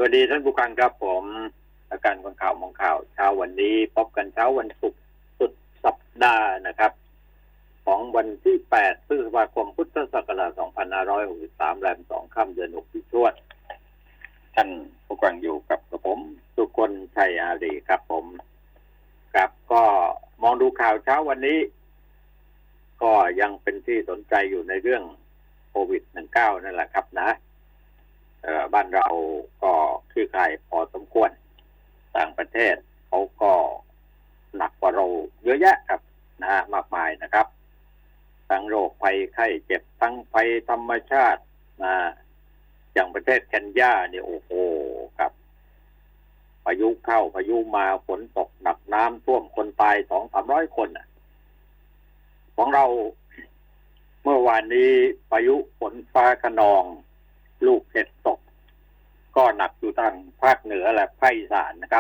วัสดีท่านผู้ฟังครับผมอาการคนข่าวมองข่าวเช้าวันนี้พบกันเช้าวันศุกร์สุดสัปดาห์นะครับของวันที่8พฤษภาคมพุทธศักราช2563แรม2ค่ำเดือน6ปีชวดท่านผู้ฟังอยู่กับผมสุคนชัยอารีครับผมครับก็มองดูข่าวเช้าวันนี้ก็ยังเป็นที่สนใจอยู่ในเรื่องโควิด-19 นั่นแหละครับนะบ้านเราก็คลี่คลายพอสมควรต่างประเทศเขาก็หนักกว่าเราเยอะแยะครับนะมากมายนะครับทั้งโรคภัยไข้เจ็บทั้งภัยธรรมชาตินะอย่างประเทศเคนยาเนี่ยโอ้โหครับพายุเข้าพายุมาฝนตกหนักน้ำท่วมคนตาย 200-300 คนของเราเมื่อวานนี้พายุฝนฟ้าคะนองลูกเห็บตกก็หนักอยู่ทางภาคเหนือและภาคอีสานนะครับ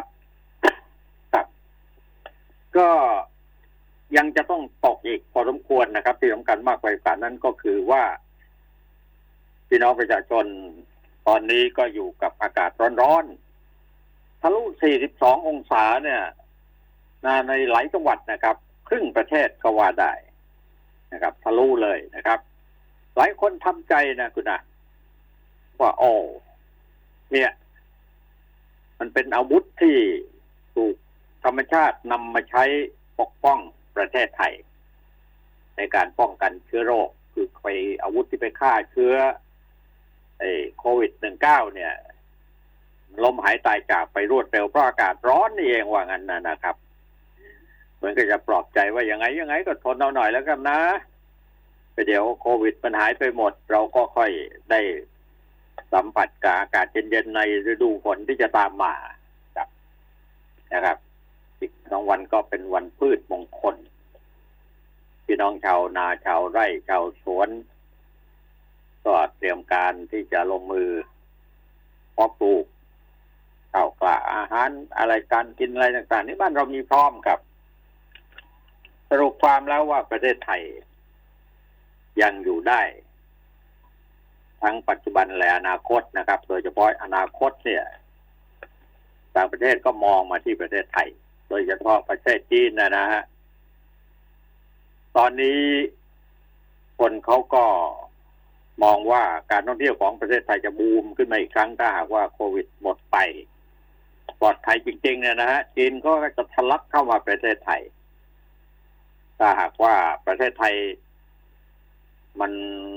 ก็ยังจะต้องตกอีกพอสมควรนะครับที่สำคัญมากกว่านั้นก็คือว่าพี่น้องประชาชนตอนนี้ก็อยู่กับอากาศร้อนๆทะลุ42องศาเนี่ยในหลายจังหวัดนะครับครึ่งประเทศก็ว่าได้นะครับทะลุเลยนะครับหลายคนทำใจนะคุณนะว่าโอ้เนี่ยมันเป็นอาวุธที่ถูกธรรมชาตินำมาใช้ปกป้องประเทศไทยในการป้องกันเชื้อโรคคือไปอาวุธที่ไปฆ่าเชื้อโควิด-19 เนี่ยล้มหายตายจากไปรวดเร็วเพราะอากาศร้อนนี่เองว่างั้นนะครับเหมือนก็จะปลอบใจว่ายังไงก็ทนเอาหน่อยแล้วกันนะไปเดี๋ยวโควิดมันหายไปหมดเราก็ค่อยได้สัมผัสกับอากาศเย็นๆในฤดูฝนที่จะตามมาครับนะครับอีก2 วันก็เป็นวันพืชมงคลพี่น้องชาวนาชาวไร่ชาวสวนก็เตรียมการที่จะลงมือเพาะปลูกข้าวกล้าอาหารอะไรการกินอะไรต่างๆนี่บ้านเรามีพร้อมครับสรุปความแล้วว่าประเทศไทยยังอยู่ได้ทั้งปัจจุบันและอนาคตนะครับโดยเฉพาะอนาคตเนี่ยต่างประเทศก็มองมาที่ประเทศไทยโดยเฉพาะประเทศจีนนะฮะตอนนี้คนเขาก็มองว่าการท่องเที่ยวของประเทศไทยจะบูมขึ้นมาอีกครั้งถ้าหากว่าโควิดหมดไปปลอดภัยจริงๆเนี่ยนะฮะจีนก็จะทะลักเข้ามาประเทศไทยถ้าหากว่าประเทศไทยมัน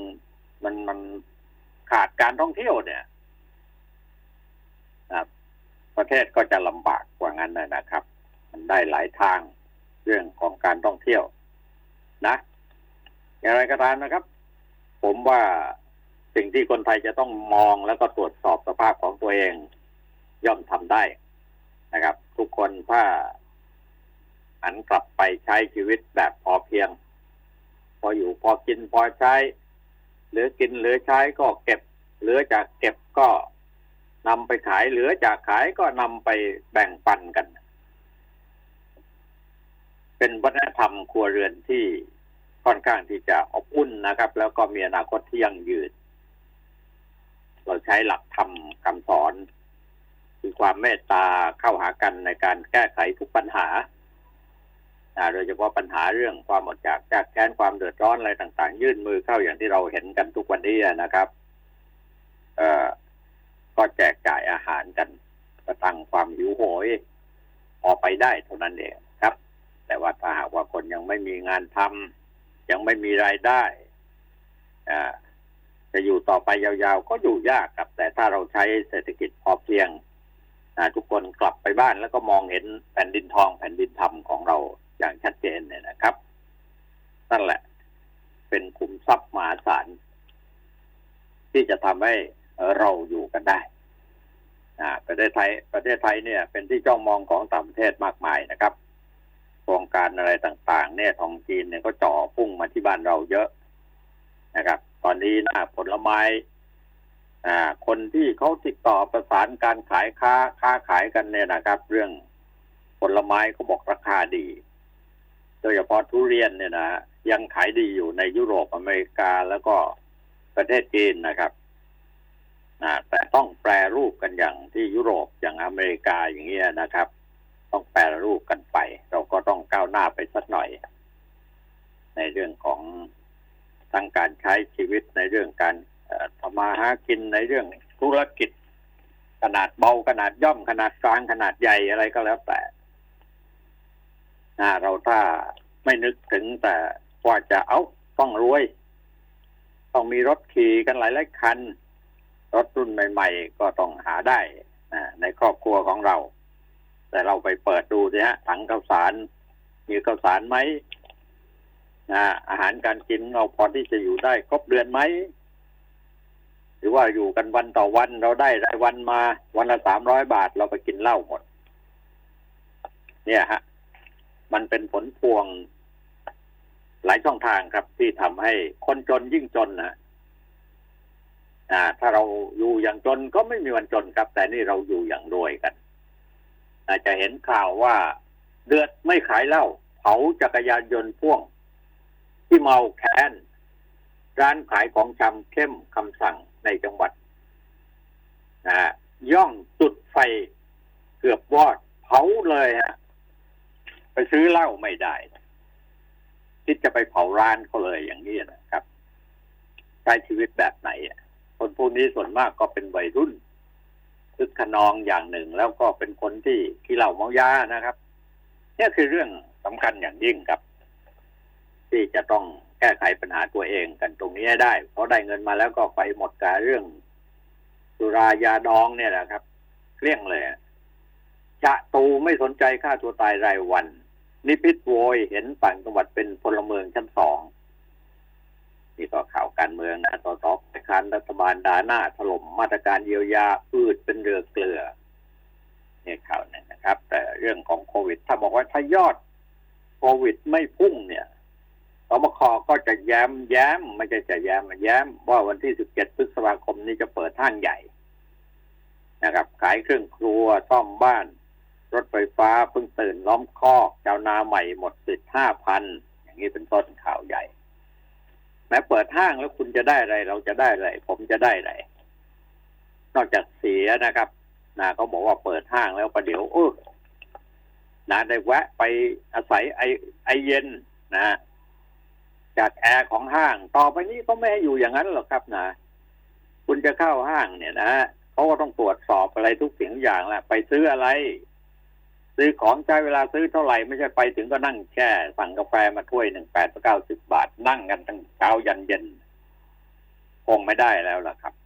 ขาดการท่องเที่ยวเนี่ยประเทศก็จะลำบากกว่างั้นนะครับมันได้หลายทางเรื่องของการท่องเที่ยวนะอย่างไรก็ตามนะครับผมว่าสิ่งที่คนไทยจะต้องมองแล้วก็ตรวจสอบสภาพของตัวเองย่อมทำได้นะครับทุกคนถ้าหันกลับไปใช้ชีวิตแบบพอเพียงพออยู่พอกินพอใช้เหลือกินเหลือใช้ก็เก็บเหลือจากเก็บก็นำไปขายเหลือจากขายก็นำไปแบ่งปันกันเป็นวัฒนธรรมครัวเรือนที่ค่อนข้างที่จะอบอุ่นนะครับแล้วก็มีอนาคตที่ยั่งยืนเราใช้หลักธรรมคำสอนคือความเมตตาเข้าหากันในการแก้ไขทุกปัญหาโดยเฉพาะปัญหาเรื่องความอดอยากยากแค้นความเดือดร้อนอะไรต่างๆยื่นมือเข้าอย่างที่เราเห็นกันทุกวันนี้นะครับก็แจกจ่ายอาหารกันประทังความหิวโหยพอไปได้เท่านั้นเองครับแต่ว่าถ้าหากว่าคนยังไม่มีงานทำยังไม่มีรายได้จะอยู่ต่อไปยาวๆก็อยู่ยากครับแต่ถ้าเราใช้เศรษฐกิจพอเพียงทุกคนกลับไปบ้านแล้วก็มองเห็นแผ่นดินทองแผ่นดินธรรมของเราอย่างชัดเจนเนี่ยนะครับนั่นแหละเป็นขุมทรัพย์มหาศาลที่จะทำให้เราอยู่กันได้ประเทศไทยเนี่ยเป็นที่จ้องมองของต่างประเทศมากมายนะครับโครงการอะไรต่างๆเนี่ยทองจีนเนี่ยก็จ่อพุ่งมาที่บ้านเราเยอะนะครับตอนนี้ผลไม้คนที่เขาติดต่อประสานการขายค้าขายกันเนี่ยนะครับเรื่องผลไม้เขาบอกราคาดีโดยเฉพาะทุเรียนเนี่ยนะยังขายดีอยู่ในยุโรปอเมริกาแล้วก็ประเทศจีนนะครับแต่ต้องแปรรูปกันอย่างที่ยุโรปอย่างอเมริกาอย่างเงี้ยนะครับต้องแปรรูปกันไปเราก็ต้องก้าวหน้าไปสักหน่อยในเรื่องของทั้งการใช้ชีวิตในเรื่องการทำมาหากินในเรื่องธุรกิจขนาดเบาขนาดย่อมขนาดกลางขนาดใหญ่อะไรก็แล้วแต่เราถ้าไม่นึกถึงแต่ว่าจะต้องรวยต้องมีรถขี่กันหลายๆคันรถรุ่นใหม่ๆก็ต้องหาได้ในครอบครัวของเราแต่เราไปเปิดดูสิฮะถังข้าวสารมีข้าวสารไหมอาหารการกินเราพอที่จะอยู่ได้ครบเดือนไหมหรือว่าอยู่กันวันต่อวันเราได้รายวันมาวันละ300 บาทเราไปกินเหล้าหมดเนี่ยฮะมันเป็นผลพวงหลายช่องทางครับที่ทำให้คนจนยิ่งจนนะถ้าเราอยู่อย่างจนก็ไม่มีวันจนครับแต่นี่เราอยู่อย่างรวยกันอาจจะเห็นข่าวว่าเดือดไม่ขายเหล้าเผาจักรยานยนต์พ่วงที่เมาแค้นร้านขายของชำเข้มคำสั่งในจังหวัดย่องจุดไฟเกือบวอดเผาเลยฮะไปซื้อเหล้าไม่ได้คิดจะไปเผาร้านเขาเลยอย่างนี้นะครับใช้ชีวิตแบบไหนคนพวกนี้ส่วนมากก็เป็นวัยรุ่นคึกขนองอย่างหนึ่งแล้วก็เป็นคนที่ขี้เหล้าเมายานะครับนี่คือเรื่องสำคัญอย่างยิ่งครับที่จะต้องแก้ไขปัญหาตัวเองกันตรงนี้ให้ได้เพราะได้เงินมาแล้วก็ไปหมดกับเรื่องสุรายาดองเนี่ยแหละครับเกลี้ยงเลยจะตูไม่สนใจฆ่าตัวตายรายวันนิพิษโวยเห็นฝั่งจังหวัดเป็นพลเมืองชั้น2นี่ก็ข่าวการเมืองสสฝ่ายค้านรัฐบาลด่าหน้าถล่มมาตรการเยียวยาพืชเป็นเรือเกลือนี่ข่าวนึงนะครับแต่เรื่องของโควิดถ้าบอกว่าถ้ายอดโควิดไม่พุ่งเนี่ยสบคก็จะแย้มไม่ใช่จะแย้มว่าวันที่17 พฤษภาคมนี้จะเปิดห้างใหญ่นะครับขายเครื่องครัวซ่อมบ้านรถไฟฟ้าเพิ่งตื่นล้อมคอกชาวนาใหม่หมดสิทธิ์ 5,000 อย่างนี้เป็นต้นข่าวใหญ่แม้เปิดห้างแล้วคุณจะได้อะไรเราจะได้อะไรผมจะได้อะไรนอกจากเสียนะครับเขาบอกว่าเปิดห้างแล้วประเดี๋ยวได้แวะไปอาศัยไอเย็นจากแอร์ของห้างต่อไปนี้ก็ไม่ให้อยู่อย่างนั้นหรอกครับคุณจะเข้าห้างเนี่ยเขาก็ต้องตรวจสอบอะไรทุกสิ่งอย่างแหละไปซื้ออะไรซื้อของใช้เวลาซื้อเท่าไหร่ไม่ใช่ไปถึงก็นั่งแช่สั่งกาแฟมาถ้วยหนึ่ง890 บาทนั่งกันตั้งเช้ายันเย็นคงไม่ได้แล้วล่ะครับ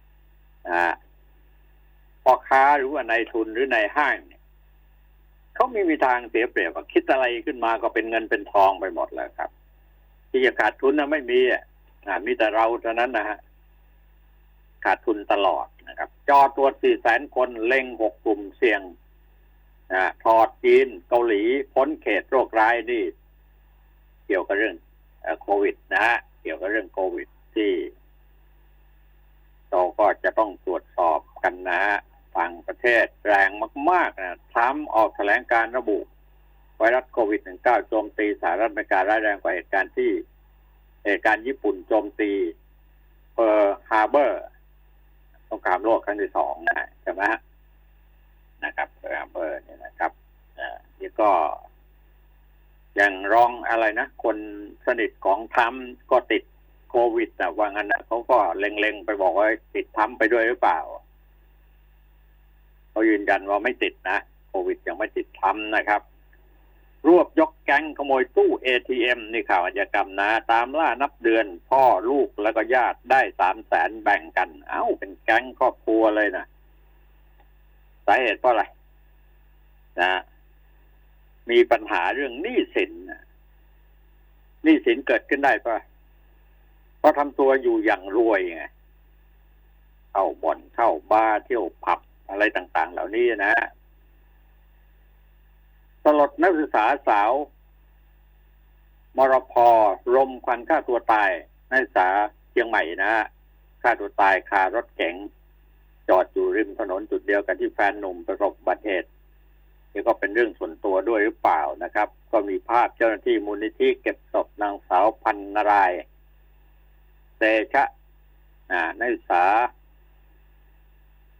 พ่อค้าหรือว่านายทุนหรือนายห้างเนี่ยเขาไม่มีทางเสียเปรียบคิดอะไรขึ้นมาก็เป็นเงินเป็นทองไปหมดแล้วครับที่จะขาดทุนไม่มีมีแต่เราเท่านั้นนะฮะขาดทุนตลอดนะครับจอตรวจ 400,000 คนเล็ง6 กลุ่มเสี่ยงถอดจีนเกาหลีพ้นเขตโรคร้ายนี่เกี่ยวกับเรื่องโควิดเกี่ยวกับเรื่องโควิดที่เราก็จะต้องตรวจสอบกันฝั่งประเทศแรงมากๆทรัมป์ออกแถลงการระบุไวรัสโควิด -19 โจมตีสหรัฐอเมริการ้ายแรงกว่าเหตุการณ์ญี่ปุ่นโจมตีเพิร์ลฮาร์เบอร์สงครามโลกครั้งที่2ใช่ไหมนะครับเพิร์ลฮาร์เบอร์เนี่ยนะครับนี่ก็อย่างรองอะไรคนสนิทของทรัมป์ก็ติดโควิดว่างั้นเขาก็เล็งๆไปบอกว่าติดทรัมป์ไปด้วยหรือเปล่าเขายืนยันว่าไม่ติดโควิดยังไม่ติดทรัมป์นะครับรวบยกแก๊งขโมยตู้ ATM นี่ข่าวอาชญากรรมตามล่านับเดือนพ่อลูกแล้วก็ญาติได้ 300,000 แบ่งกันเป็นแก๊งครอบครัวเลยสาเหตุเพราะอะไรมีปัญหาเรื่องหนี้สินเกิดขึ้นได้เพราะทำตัวอยู่อย่างรวยไงเข้าบ่อนเข้าบาร์เที่ยวผับอะไรต่างๆเหล่านี้สลดนักศึกษาสาวมรพ.รมควันฆ่าตัวตายนักศึกษาเชียงใหม่ฆ่าตัวตายคารถเก๋งจอดอยู่ริมถนนจุดเดียวกันที่แฟนหนุ่มประสบอุบัติเหตุนี่ก็เป็นเรื่องส่วนตัวด้วยหรือเปล่านะครับก็มีภาพเจ้าหน้าที่มูลนิธิเก็บศพนางสาวพันนารายเตชะนักศึกษา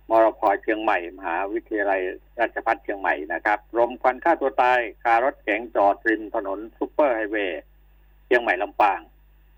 มรพ.เชียงใหม่มหาวิทยาลัยราชภัฏเชียงใหม่นะครับรมควันฆ่าตัวตายคารถเก๋งจอดริมถนนซุปเปอร์ไฮเวย์เชียงใหม่ลำปาง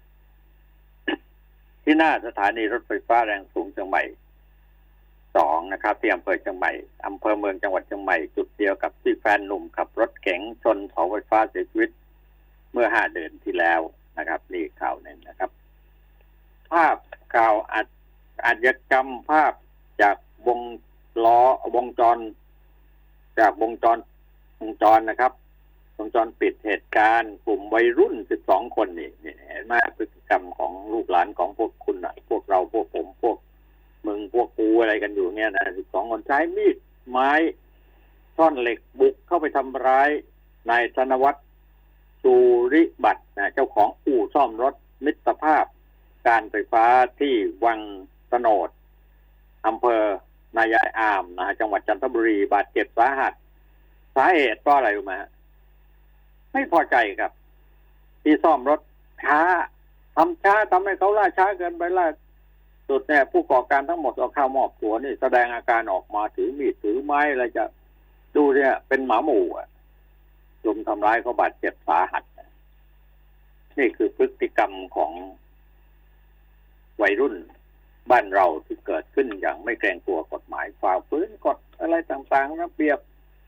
ที่หน้าสถานีรถไฟฟ้าแรงสูงเชียงใหม่2นะครับที่อำเภอเชียงใหม่อำเภอเมืองจังหวัดเชียงใหม่จุดเดียวกับที่แฟนหนุ่มขับรถเก๋งชนเสาไฟฟ้าเสียชีวิตเมื่อ5 เดือนที่แล้วนะครับนี่ข่าวหนึ่งนะครับภาพข่าวอาชญากรรมภาพจากวงจรจากวงจรนะครับวงจรปิดเหตุการณ์กลุ่มวัยรุ่น12 คนนี่เห็นไหมพฤติกรรมของลูกหลานของพวกคุณพวกเราพวกผมพวกมึงพวกกูอะไรกันอยู่เนี่ยนะ12 คนใช้มีดไม้ท่อนเหล็กบุกเข้าไปทำร้ายนายธนวัฒน์สุริบัตรนะเจ้าของอู่ซ่อมรถมิตรภาพการไฟฟ้าที่วังโสนดอำเภอนายายอามนะจังหวัดจันทบุรีบาดเจ็บสาหัสสาเหตุเพราะอะไรรู้ไหมไม่พอใจครับที่ซ่อมรถช้าทำช้าทำให้เขาล่าช้าเกินไปล่าสุดเนี่ยผู้ก่อการทั้งหมดเอาเข้ามอบตัวนี่แสดงอาการออกมาถือมีดถือไม้อะไรจะดูเนี่ยเป็นหมาหมู่ลุมทำร้ายเขาบาดเจ็บสาหัสนี่คือพฤติกรรมของวัยรุ่นบ้านเราที่เกิดขึ้นอย่างไม่เกรงกลัวกฎหมายฝ่าฝืนกฎอะไรต่างๆระเบียบ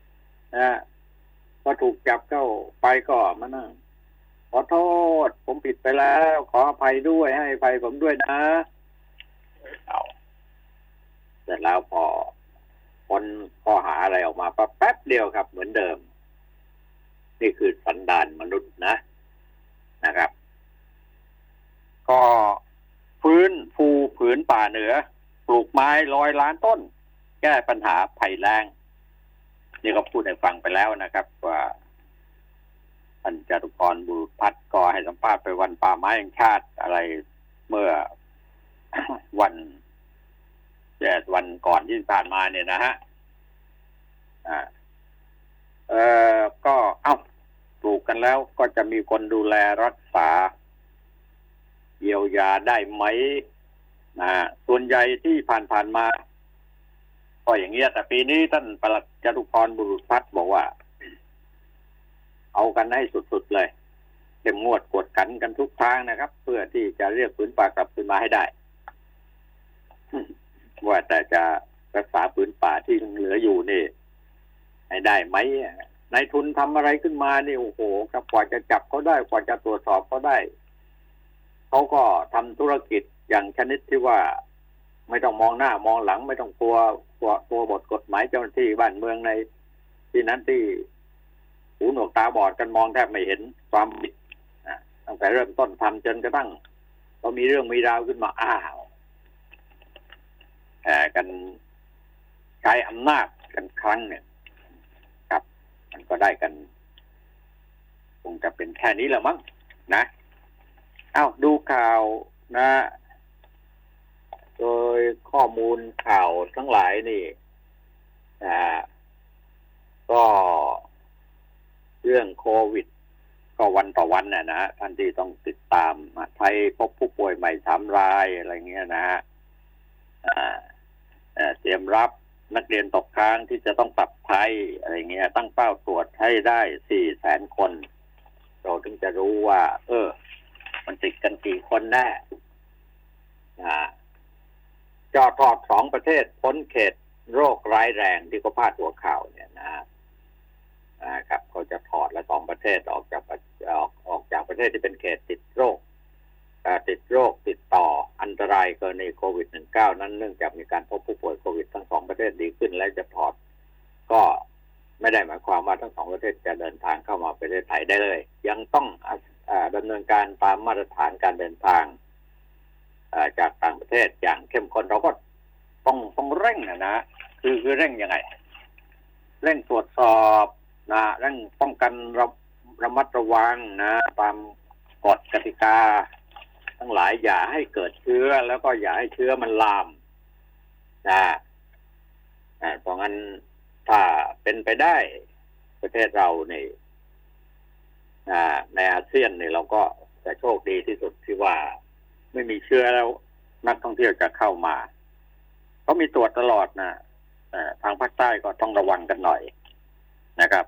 พอถูกจับเข้าไปก็มานั่งขอโทษผมผิดไปแล้วขออภัยด้วยให้อภัยผมด้วยนะเอาเสร็จแล้วพอคนข้อหาอะไรออกมาแป๊บเดียวครับเหมือนเดิมนี่คือสันดานมนุษย์นะครับก็ฟื้นฟูผืนป่าเหนือปลูกไม้100 ล้านต้นแก้ปัญหาภัยแล้งนี่ก็พูดให้ฟังไปแล้วนะครับว่าท่านจตุพรบุรุษพัฒน์ก็ให้สัมภาษณ์ไปวันป่าไม้แห่งชาติอะไรเมื่อ วันก่อนที่ผ่านมาเนี่ยนะฮะก็ปลูกกันแล้วก็จะมีคนดูแลรักษาเยียวยาได้ไหมส่วนใหญ่ที่ผ่านมาก็อย่างเงี้ยแต่ปีนี้ท่านปลัดจตุพรบุรุษพัฒน์บอกว่าเอากันให้สุดๆเลยเข้มงวดกวดขันกันทุกทางนะครับเพื่อที่จะเรียกผืนป่ากลับคืนมาให้ได้ ว่าแต่จะรักษาผืนป่าที่เหลืออยู่นี่ให้ได้ไหมนายทุนทำอะไรขึ้นมานี่โอ้โหครับกว่าจะจับเขาได้กว่าจะตรวจสอบเขาได้เขาก็ทำธุรกิจอย่างชนิดที่ว่าไม่ต้องมองหน้ามองหลังไม่ต้องกลัวบทกฎหมายเจ้าหน้าที่บ้านเมืองในที่นั้นที่หูหนวกตาบอดกันมองแทบไม่เห็นความผิดตั้งแต่เริ่มต้นทำจนกระทั่งก็มีเรื่องมีราวขึ้นมากันใช้อำนาจกันครั้งเนี่ยครับมันก็ได้กันคงจะเป็นแค่นี้แหละมั้งนะดูข่าวนะโดยข้อมูลข่าวทั้งหลายนี่ก็เรื่องโควิดก็วันต่อวันนะท่านที่ต้องติดตามไทยพบผู้ป่วยใหม่3 รายอะไรเงี้ยนะฮะเตรียมรับนักเรียนตกค้างที่จะต้องกลับไทยอะไรเงี้ยตั้งเป้าตรวจให้ได้400,000 คนเราถึงจะรู้ว่ามันติดกันกี่คนแน่จอทอด2 ประเทศพ้นเขตโรคร้ายแรงที่เขาพาดหัวข่าวเนี่ยนะครับเขาจะถอดและ2 ประเทศออกจากประเทศที่เป็นเขตติดโรคติดต่ออันตรายกรณีโควิด -19 นั้นเนื่องจากมีการพบผู้ป่วยโควิดทั้ง2 ประเทศดีขึ้นและจะถอดก็ไม่ได้หมายความว่าทั้ง2 ประเทศจะเดินทางเข้ามาประเทศไทยได้เลยยังต้องดำเนินการตามมาตรฐานการเดินทางจากต่างประเทศอย่างเข้มข้นเราก็ต้องเร่งนะคือเร่งยังไงเร่งตรวจสอบเร่งป้องกันระมัดระวังตามกฎกติกาทั้งหลายอย่าให้เกิดเชื้อแล้วก็อย่าให้เชื้อมันลามเพราะงั้นถ้าเป็นไปได้ประเทศเรานี่ในอาเซียนนี่เราก็จะโชคดีที่สุดที่ว่าไม่มีเชื้อแล้วนักท่องเที่ยวจะเข้ามาเขามีตรวจตลอดนะทางภาคใต้ก็ต้องระวังกันหน่อยนะครับ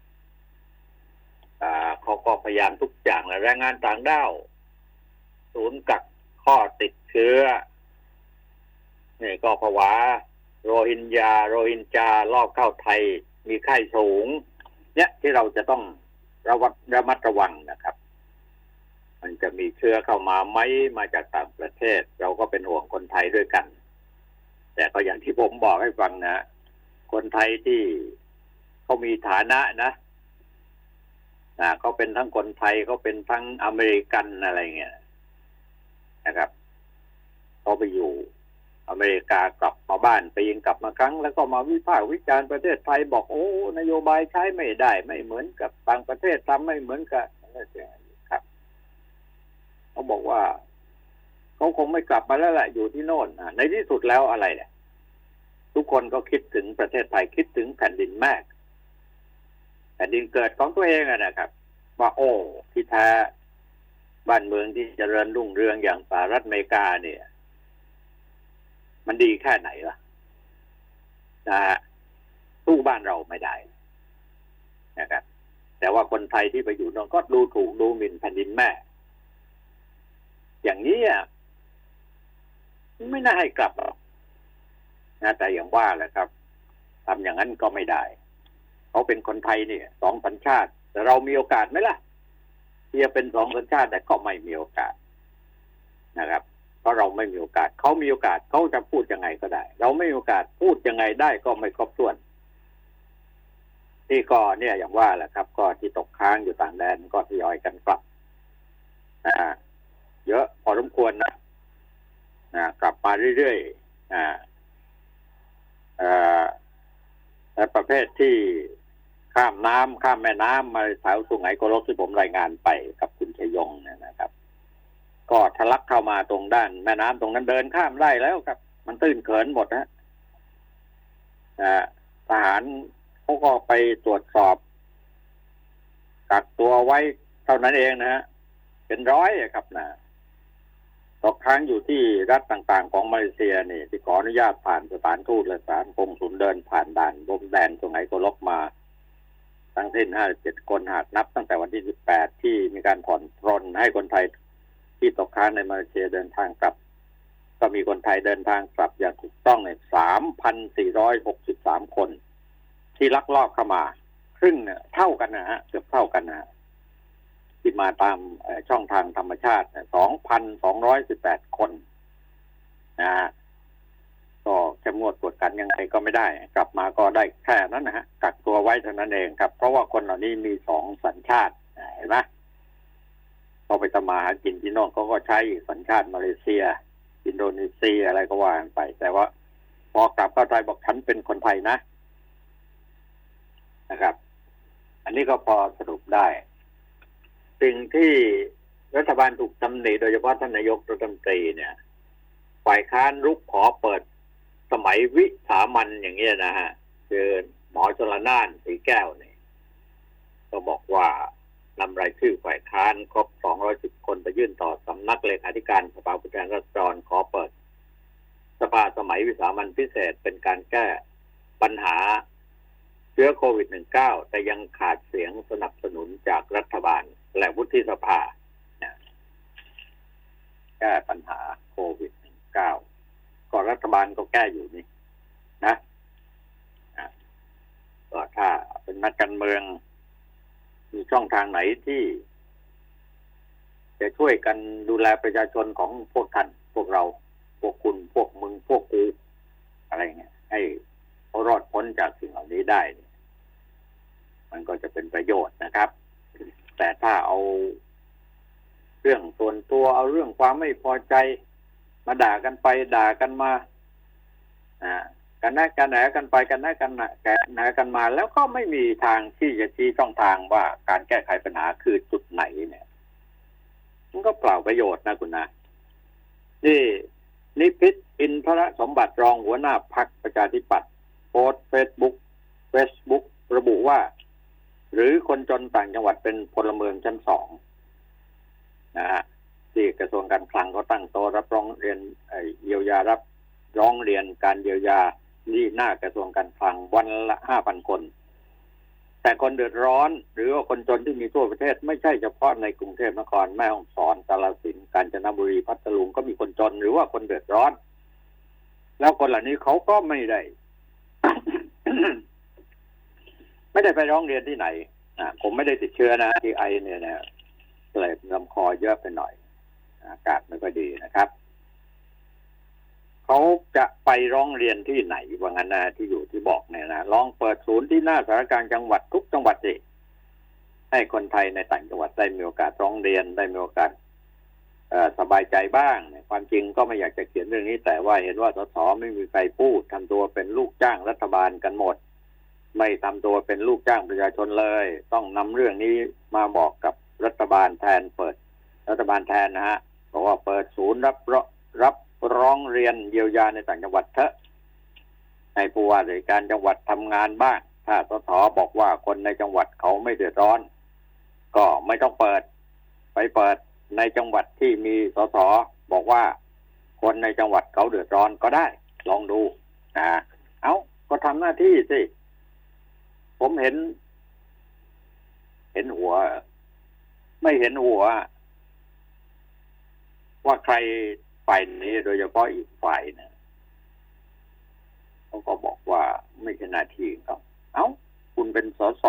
เขาก็พยายามทุกอย่างแหละแรงงานต่างด้าวศูนย์กักข้อติดเชื้อนี่ก็ภาวะโรฮิงญาลอบเข้าไทยมีไข้สูงเนี่ยที่เราจะต้องระมัดระวังนะครับมันจะมีเชื้อเข้ามาไหมมาจากต่างประเทศเราก็เป็นห่วงคนไทยด้วยกันแต่ก็อย่างที่ผมบอกให้ฟังนะคนไทยที่เขามีฐานะนะเขาเป็นทั้งคนไทยเขาเป็นทั้งอเมริกันอะไรเงี้ยนะครับเขาไปอยู่อเมริกากลับมาบ้านไปยิงกลับมาครั้งแล้วก็มาวิพากษ์วิจารณ์ประเทศไทยบอกโอ้นโยบายใช้ไม่ได้ไม่เหมือนกับต่างประเทศทำไม่เหมือนกับครับเขาบอกว่าเขาคงไม่กลับมาแล้วแหละอยู่ที่โน่นในที่สุดแล้วอะไรเนี่ยทุกคนก็คิดถึงประเทศไทยคิดถึงแผ่นดินแม่แผ่นดินเกิดของตัวเองนะครับว่าโอ้ที่แท้บ้านเมืองที่เจริญรุ่งเรืองอย่างสหรัฐอเมริกาเนี่ยมันดีแค่ไหนล่ะสู้บ้านเราไม่ได้นะครับแต่ว่าคนไทยที่ไปอยู่นั่นก็ดูถูกดูหมิ่นแผ่นดินแม่อย่างนี้ไม่น่าให้กลับหรอกนะแต่อย่างว่าแหละครับทำอย่างนั้นก็ไม่ได้เขาเป็นคนไทยเนี่ย2 สัญชาติแต่เรามีโอกาสไหมล่ะที่จะเป็น2 สัญชาติแต่ก็ไม่มีโอกาสนะครับเพราะเราไม่มีโอกาสเขามีโอกาสเขาจะพูดยังไงก็ได้เราไม่มีโอกาสพูดยังไงได้ก็ไม่ครบถ้วนที่ก็เนี่ยอย่างว่าแหละครับก็ที่ตกค้างอยู่ต่างแดนก็ทยอยกันกลับเยอะพอสมควรนะกลับมาเรื่อยๆประเภทที่ข้ามแม่น้ำมาแถวสุไหงโกลกที่ผมรายงานไปกับคุณชยงเนี่ยนะครับก็ทะลักเข้ามาตรงด้านแม่น้ำตรงนั้นเดินข้ามได้แล้วครับมันตื้นเขินหมดนะทหารเขาก็ไปตรวจสอบกักตัวไว้เท่านั้นเองนะฮะเป็นร้อยครับนะตกค้างอยู่ที่รัฐต่างๆของมาเลเซียนี่ที่ขออนุญาตผ่านสถานทูตและสถานกงสุลเดินผ่านด่านพรมแดนสุไหงโกลกมาทั้งสิ้น57 คนหากนับตั้งแต่วันที่18ที่มีการผ่อนปรนให้คนไทยที่ตกค้างในมาเลเซียเดินทางกลับก็มีคนไทยเดินทางกลับอย่างถูกต้องเนี่ย3,463 คนที่ลักลอบเข้ามาครึ่งเนี่ยเท่ากันนะฮะเกือบเท่ากันนะที่มาตามช่องทางธรรมชาติ 2,218 คนนะฮะก็เข้มงวดกวดขันยังไงก็ไม่ได้กลับมาก็ได้แค่นั้นนะฮะกักตัวไว้เท่านั้นเองครับเพราะว่าคนเหล่านี้มี2 สัญชาติเห็นไหมพอไปทำมาหากินที่โน่นเขาก็ใช้สัญชาติมาเลเซียอินโดนีเซียอะไรก็ว่ากันไปแต่ว่าพอกลับเข้าไทยบอกฉันเป็นคนไทยนะครับอันนี้ก็พอสรุปได้สิ่งที่รัฐบาลถูกตำหนิโดยเฉพาะท่านนายกรัฐมนตรีเนี่ยฝ่ายค้านรุกขอเปิดสมัยวิสามัญอย่างเงี้ยนะฮะคือหมอชลน่านสีแก้วเนี่ยก็บอกว่านำรายชื่อฝ่ายค้านครบ210 คนไปยื่นต่อสำนักเลขาธิการสภาผู้แทนราษฎรขอเปิดสภาสมัยวิสามัญพิเศษเป็นการแก้ปัญหาเชื้อโควิด -19 แต่ยังขาดเสียงสนับสนุนจากรัฐบาลและวุฒิสภาแก้ปัญหาโควิด -19 ก็รัฐบาลก็แก้อยู่นี่นะก็ถ้าเป็นนักการเมืองมีช่องทางไหนที่จะช่วยกันดูแลประชาชนของพวกท่านพวกเราพวกคุณพวกมึงพวกกูอะไรเงี้ยให้เขารอดพ้นจากสิ่งเหล่านี้ได้มันก็จะเป็นประโยชน์นะครับแต่ถ้าเอาเรื่องส่วนตัวเอาเรื่องความไม่พอใจมาด่ากันไปด่ากันมากันแหนกันไปกันแหนกันมาแล้วก็ไม่มีทางที่จะชี้ช่องทางว่าการแก้ไขปัญหาคือจุดไหนเนี่ยมันก็เปล่าประโยชน์นะคุณนะนี่นิพิษอินทรสมบัติรองหัวหน้าพรรคประชาธิปัตย์โพสต์เฟซบุ๊กระบุว่าหรือคนจนต่างจังหวัดเป็นพลเมืองชั้น2นะฮะที่กระทรวงการคลังเขาตั้งโต๊ะรับร้องเรียนเยียวยารับร้องเรียนการเยียวยาที่หน้ากระทรวงการคลังวันละ 5,000 คนแต่คนเดือดร้อนหรือว่าคนจนที่มีทั่วประเทศไม่ใช่เฉพาะในกรุงเทพมหานครแม่ฮ่องสอนกาฬสินธุ์กาญจนบุรีพัทลุงก็มีคนจนหรือว่าคนเดือดร้อนแล้วคนเหล่านี้เขาก็ไม่ได้ ไม่ได้ไปร้องเรียนที่ไหนผมไม่ได้ติดเชื้อนะที่ไอเนี่ยนะเลยลำคอเยอะไปหน่อยอากาศไม่ค่อยดีนะครับเขาจะไปร้องเรียนที่ไหนว่างั้นนะที่อยู่ที่บอกเนี่ยนะลองเปิดศูนย์ที่หน้าสารกลางจังหวัดทุกจังหวัดสิให้คนไทยในต่างจังหวัดได้มีโอกาสร้องเรียนได้มีโอกาสสบายใจบ้างความจริงก็ไม่อยากจะเขียนเรื่องนี้แต่ว่าเห็นว่าสสไม่มีใครพูดทำตัวเป็นลูกจ้างรัฐบาลกันหมดไม่ทำตัวเป็นลูกจ้างประชาชนเลยต้องนำเรื่องนี้มาบอกกับรัฐบาลแทนเปิดรัฐบาลแทนนะฮะบอกว่าเปิดศูนย์รับร้องเรียนเยียวยาในต่างจังหวัดเถอะให้ผู้ว่าราชการจังหวัดทำงานบ้างถ้าสสบอกว่าคนในจังหวัดเขาไม่เดือดร้อนก็ไม่ต้องเปิดไปเปิดในจังหวัดที่มีสสบอกว่าคนในจังหวัดเขาเดือดร้อนก็ได้ลองดูนะก็ทำหน้าที่สิผมเห็นหัวไม่เห็นหัวว่าใครฝ่ายนี้โดยเฉพาะอีกฝ่ายนะเขาก็บอกว่าไม่ใช่หน้าที่ครับคุณเป็นสส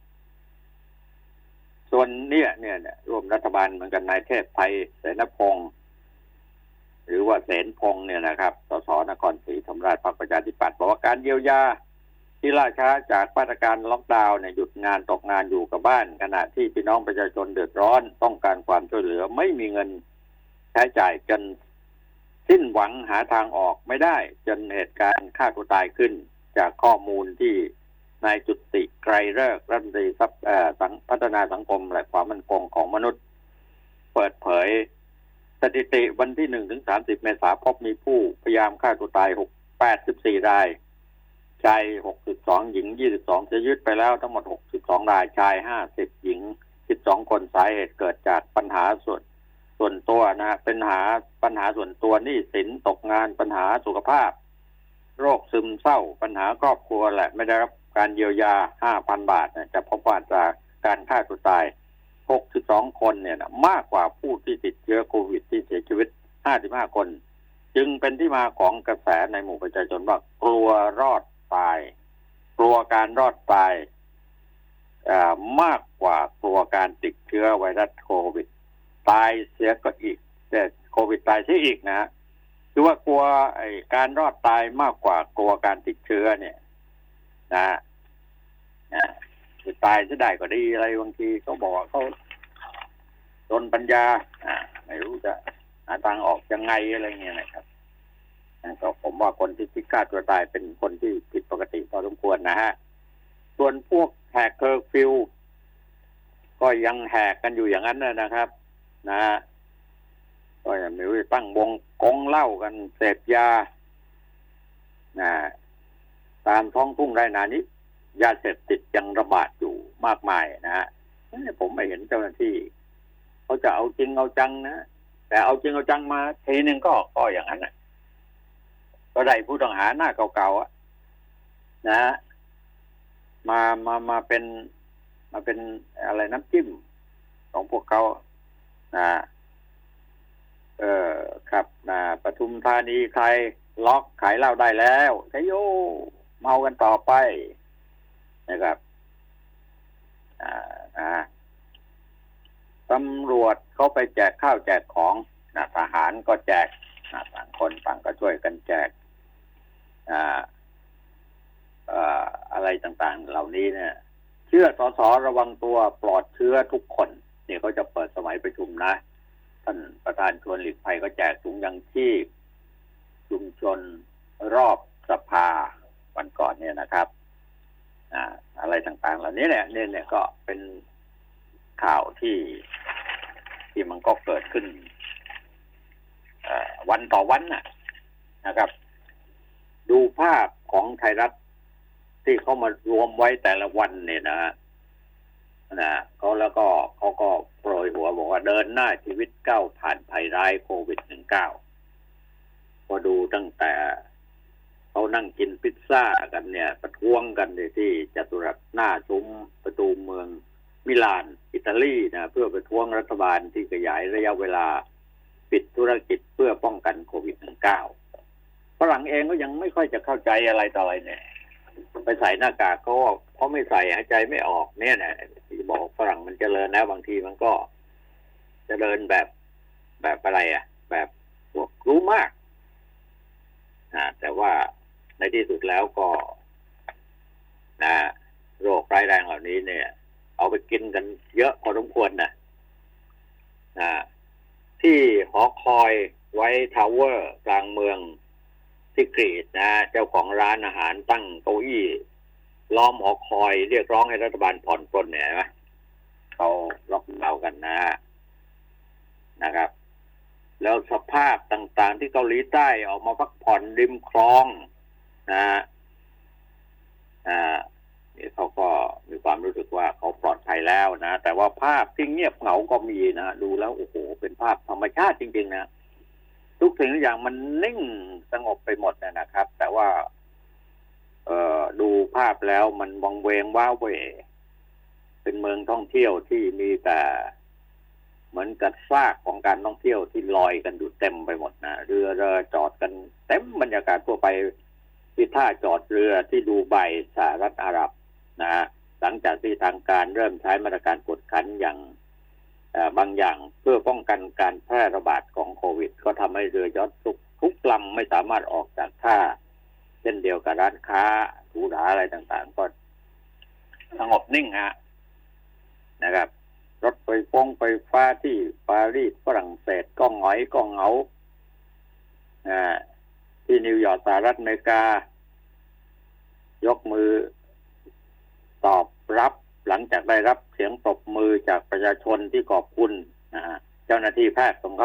ส่วนเนี่ยร่วมรัฐบาลเหมือนกันนายเทพไทยเสนพงศ์หรือว่าเสนพงศ์เนี่ยนะครับสสนครศรีธรรมราชพรรคประชาธิปัตย์บอกว่าการเยียวยาที่ล่าช้าจากมาตรการล็อกดาวน์เนี่ยหยุดงานตกงานอยู่กับบ้านขณะที่พี่น้องประชาชนเดือดร้อนต้องการความช่วยเหลือไม่มีเงินใช้จ่ายจนสิ้นหวังหาทางออกไม่ได้จนเหตุการณ์ฆ่าตัวตายขึ้นจากข้อมูลที่นายจุติไกรฤกษ์รัฐมนตรีพัฒนาสังคมและความมั่นคงของมนุษย์เปิดเผยสถิติวันที่ 1-30 เมษายนพบมีผู้พยายามฆ่าตัวตาย84 รายชาย62หญิง22เสียชีวิตไปแล้วทั้งหมด62รายชาย50หญิง12คนสาเหตุเกิดจากปัญหาส่วนตัวนะเป็นปัญหาส่วนตัวหนี้สินตกงานปัญหาสุขภาพโรคซึมเศร้าปัญหาครอบครัวและไม่ได้รับการเยียวยา 5,000 บาทจะพบว่าจากการฆ่าตัวตาย62คนเนี่ยนะมากกว่าผู้ที่ติดเชื้อโควิดที่เสียชีวิต55คนจึงเป็นที่มาของกระแสในหมู่ประชาชนว่ากลัวรอดตายกลัวการรอดตายมากกว่ากลัวการติดเชื้อไวรัสโควิดตายเสียก็อีกแต่โควิดตายเสียอีกนะคือว่ากลัวการรอดตายมากกว่ากลัวการติดเชื้อเนี่ยนะตายจะได้ก็ดีอะไรบางทีเขาบอกว่าเขาจนปัญญาไม่รู้จะหาทางออกยังไงอะไรเงี้ยนะครับก็ผมว่าคนที่คิดฆ่าตัวตายเป็นคนที่ผิดปกติพอสมควรนะฮะส่วนพวกแหกเคอร์ฟิวก็ยังแหกกันอยู่อย่างนั้นนะครับนะก็ยังไม่รู้ตั้งวงกงเหล้ากันเสพยาตามท้องทุ่งไร่นานี้ยาเสพติดยังระบาดอยู่มากมายนะฮะผมไม่เห็นเจ้าหน้าที่เขาจะเอาจริงเอาจังนะแต่เอาจริงเอาจังมาทีนึงก็อย่างนั้นนะก็ได้ผู้ต้องหาหน้าเก่าๆนะมาเป็นอะไรน้ำจิ้มของพวกเขาครับปทุมธานีใครล็อกขายเหล้าได้แล้วใช่โยเมากันต่อไปนะครับตำรวจเขาไปแจกข้าวแจกของทหารก็แจกต่างคนต่างก็ช่วยกันแจกอะไรต่างๆเหล่านี้เนี่ยเชื่อสสระวังตัวปลอดเชื้อทุกคนนี่เขาจะเปิดสมัยประชุมนะท่านประธานชวนหลีกภัยก็แจกถุงยังชีพชุมชนรอบสภาวันก่อนเนี่ยนะครับอะไรต่างๆเหล่านี้เนี่ยก็เป็นข่าวที่มันก็เกิดขึ้นวันต่อวันนะครับดูภาพของไทยรัฐที่เขามารวมไว้แต่ละวันเนี่ยนะเขาก็โปรยหัวบอกว่าเดินหน้าชีวิตก้าวผ่านภัยร้ายโควิด-19 พอดูตั้งแต่เขานั่งกินพิซซ่ากันเนี่ยประท้วงกันที่จัตุรัสหน้าซุ้มประตูเมืองมิลานอิตาลีนะเพื่อประท้วงรัฐบาลที่ขยายระยะเวลาปิดธุรกิจเพื่อป้องกันโควิด -19 ฝรั่งเองก็ยังไม่ค่อยจะเข้าใจอะไรต่ออะไรเนี่ยไปใส่หน้ากากเขาไม่ใส่หายใจไม่ออกเนี่ยนะที่บอกฝรั่งมันเจริญนะบางทีมันก็เจริญแบบอะไรแบบพวกรู้มากแต่ว่าในที่สุดแล้วก็โรคร้ายแรงเหล่านี้เนี่ยเอาไปกินกันเยอะพอสมควรนะที่หอคอยไวท์ทาวเวอร์กลางเมืองที่กรีซนะเจ้าของร้านอาหารตั้งเก้าอี้ล้อมหอคอยเรียกร้องให้รัฐบาลผ่อนปลนเนี่ยนะเขาล็อกดาวน์กันนะครับแล้วสภาพต่างๆที่เกาหลีใต้ออกมาพักผ่อนริมคลองนี่เขาก็มีความรู้สึกว่าเขาปลอดภัยแล้วนะแต่ว่าภาพที่เงียบเหงาก็มีนะดูแล้วโอ้โหเป็นภาพธรรมชาติจริงๆนะทุกสิ่งทุกอย่างมันนิ่งสงบไปหมดนะครับแต่ว่าดูภาพแล้วมันวังเวงว้าเหวเป็นเมืองท่องเที่ยวที่มีแต่เหมือนกับซากของการท่องเที่ยวที่ลอยกันอยู่เต็มไปหมดนะเรือจอดกันเต็มบรรยากาศทั่วไปที่ท่าจอดเรือที่ดูไบสหรัฐอาหรับนะหลังจากที่ทางการเริ่มใช้มาตรการกวดขันอย่างบางอย่างเพื่อป้องกันการแพร่ระบาดของโควิดก็ทำให้เรือยอชต์ทุกลำไม่สามารถออกจากท่าเช่นเดียวกับร้านค้าหรูหราอะไรต่างๆก็สงบนิ่งนะครับรถไฟฟ้าที่ปารีสฝรั่งเศสก็หงอยก็เหงาที่นิวยอร์กสหรัฐอเมริกายกมือตอบรับหลังจากได้รับเสียงปรบมือจากประชาชนที่ขอบคุณเจ้าหน้าที่แพทย์ของเขา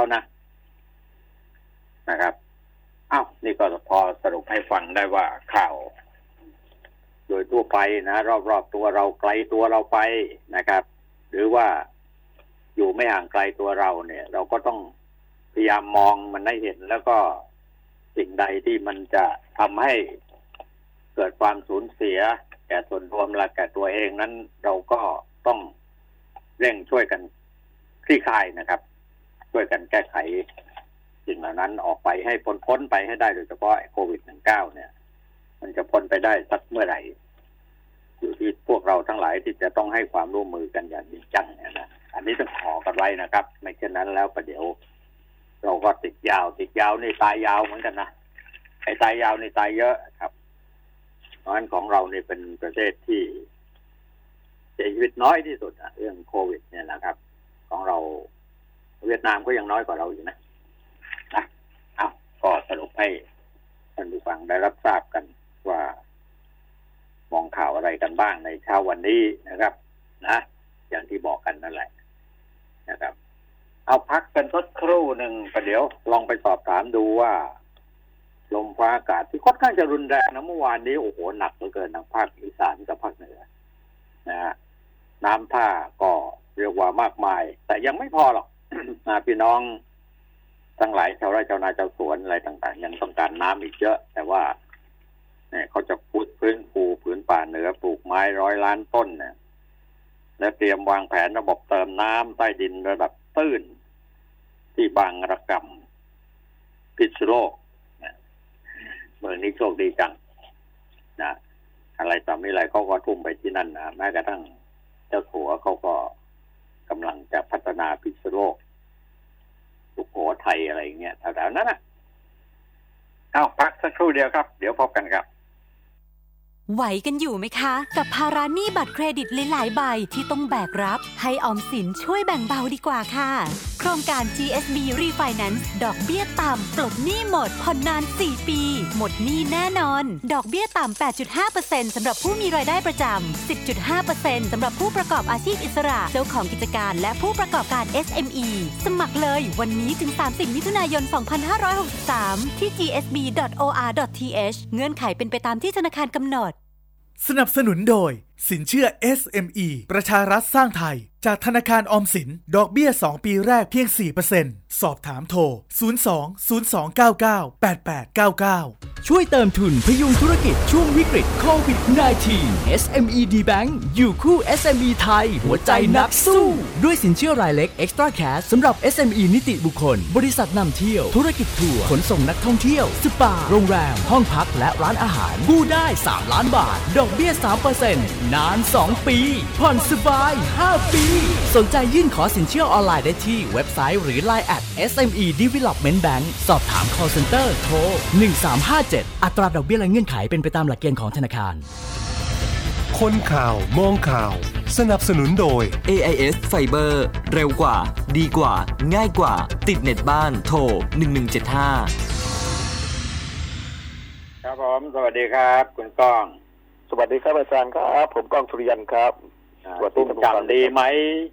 นะครับนี่ก็พอสรุปให้ฟังได้ว่าข่าวโดยทั่วไปนะรอบๆตัวเราไกลตัวเราไปนะครับหรือว่าอยู่ไม่ห่างไกลตัวเราเนี่ยเราก็ต้องพยายามมองมันให้เห็นแล้วก็สิ่งใดที่มันจะทำให้เกิดความสูญเสียแก่ส่วนรวมและแก่ตัวเองนั้นเราก็ต้องเร่งช่วยกันคลี่คลายนะครับช่วยกันแก้ไขสิ่งเหล่านั้นออกไปให้พ้นไปให้ได้โดยเฉพาะโควิด -19 เนี่ยมันจะพ้นไปได้สักเมื่อไหร่อยู่ที่พวกเราทั้งหลายที่จะต้องให้ความร่วมมือกันอย่างจริงจังเนี่ยนะอันนี้ต้องขอกันไว้นะครับไม่เช่นนั้นแล้วประเดี๋ยวเราก็ติดยาวนี่ตายยาวเหมือนกันนะไอ้ตายยาวนี่ตายเยอะครับเพราะฉะนั้นของเรานี่เป็นประเทศที่เสียชีวิตน้อยที่สุดเรื่องโควิดเนี่ยนะครับของเราเวียดนามก็ยังน้อยกว่าเราอยู่นะก็สรุปให้ท่านผู้ฟังได้รับทราบกันว่ามองข่าวอะไรกันบ้างในเช้าวันนี้นะครับอย่างที่บอกกันนั่นแหละนะครับเอาพักกันสักครู่หนึ่งประเดี๋ยวลองไปสอบถามดูว่าลมฟ้าอากาศที่ค่อนข้างจะรุนแรงนะเมื่อวานนี้โอ้โหหนักเหลือเกินทางภาคอีสานกับภาคเหนือน้ำท่าก็เรียกว่ามากมายแต่ยังไม่พอหรอก พี่น้องทั้งหลายชาวไร่ชาวนาชาวสวนอะไรต่างๆยังต้องการน้ำอีกเยอะแต่ว่าเนี่ยเขาจะฟื้นฟูผืนป่าเหนือปลูกไม้100 ล้านต้นเนี่ยและเตรียมวางแผนระบบเติมน้ำใต้ดินระดับตื้นที่บางระกำพิษณุโลกเมืองนี้โชคดีจังอะไรต่อมีอะไรเขาก็ทุ่มไปที่นั่นนะแม้กระทั่งเจ้าสัวเขาก็กำลังจะพัฒนาพิษณุโลกสุโขทัยอะไรเงี้ยแถวๆนั้นพักสักครู่เดียวครับเดี๋ยวพบกันครับไหวกันอยู่ไหมคะกับภาระหนี้บัตรเครดิตหลายๆใบที่ต้องแบกรับให้ออมสินช่วยแบ่งเบาดีกว่าค่ะโครงการ GSB Refinance ดอกเบี้ยต่ำปลดหนี้หมดผ่อนนาน4 ปีหมดหนี้แน่นอนดอกเบี้ยต่ำ 8.5% สำหรับผู้มีรายได้ประจำ 10.5% สำหรับผู้ประกอบอาชีพอิสระเจ้าของกิจการและผู้ประกอบการ SME สมัครเลยวันนี้ถึง30 มิถุนายน 2563 ที่ gsb.or.th เงื่อนไขเป็นไปตามที่ธนาคารกำหนดสนับสนุนโดยสินเชื่อ SME ประชารัฐสร้างไทยจากธนาคารออมสินดอกเบี้ย2ปีแรกเพียง 4% สอบถามโทร 02-0299-8899 ช่วยเติมทุนพยุงธุรกิจช่วงวิกฤตโควิด -19 SME D Bank อยู่คู่ SME ไทยหัวใจนักสู้ด้วยสินเชื่อรายเล็ก Extra Cash สำหรับ SME นิติบุคคลบริษัทนำเที่ยวธุรกิจทัวร์ขนส่งนักท่องเที่ยวสปาโรงแรมห้องพักและร้านอาหารกู้ได้3ล้านบาทดอกเบี้ย 3% นาน2ปีผ่อนสบาย5ปีสนใจยื่นขอสินเชื่อออนไลน์ได้ที่เว็บไซต์หรือ Line @SME Development Bank สอบถาม call center โทร1357อัตราดอกเบี้ยและเงื่อนไขเป็นไปตามหลักเกณฑ์ของธนาคารคนข่าวมองข่าวสนับสนุนโดย AIS Fiber เร็วกว่าดีกว่าง่ายกว่าติดเน็ตบ้านโทร1175 ครับผมสวัสดีครับคุณก้องสวัสดีครับอาจารย์ครับผมก้องสุริยันครับสวัสดีจำดีไหม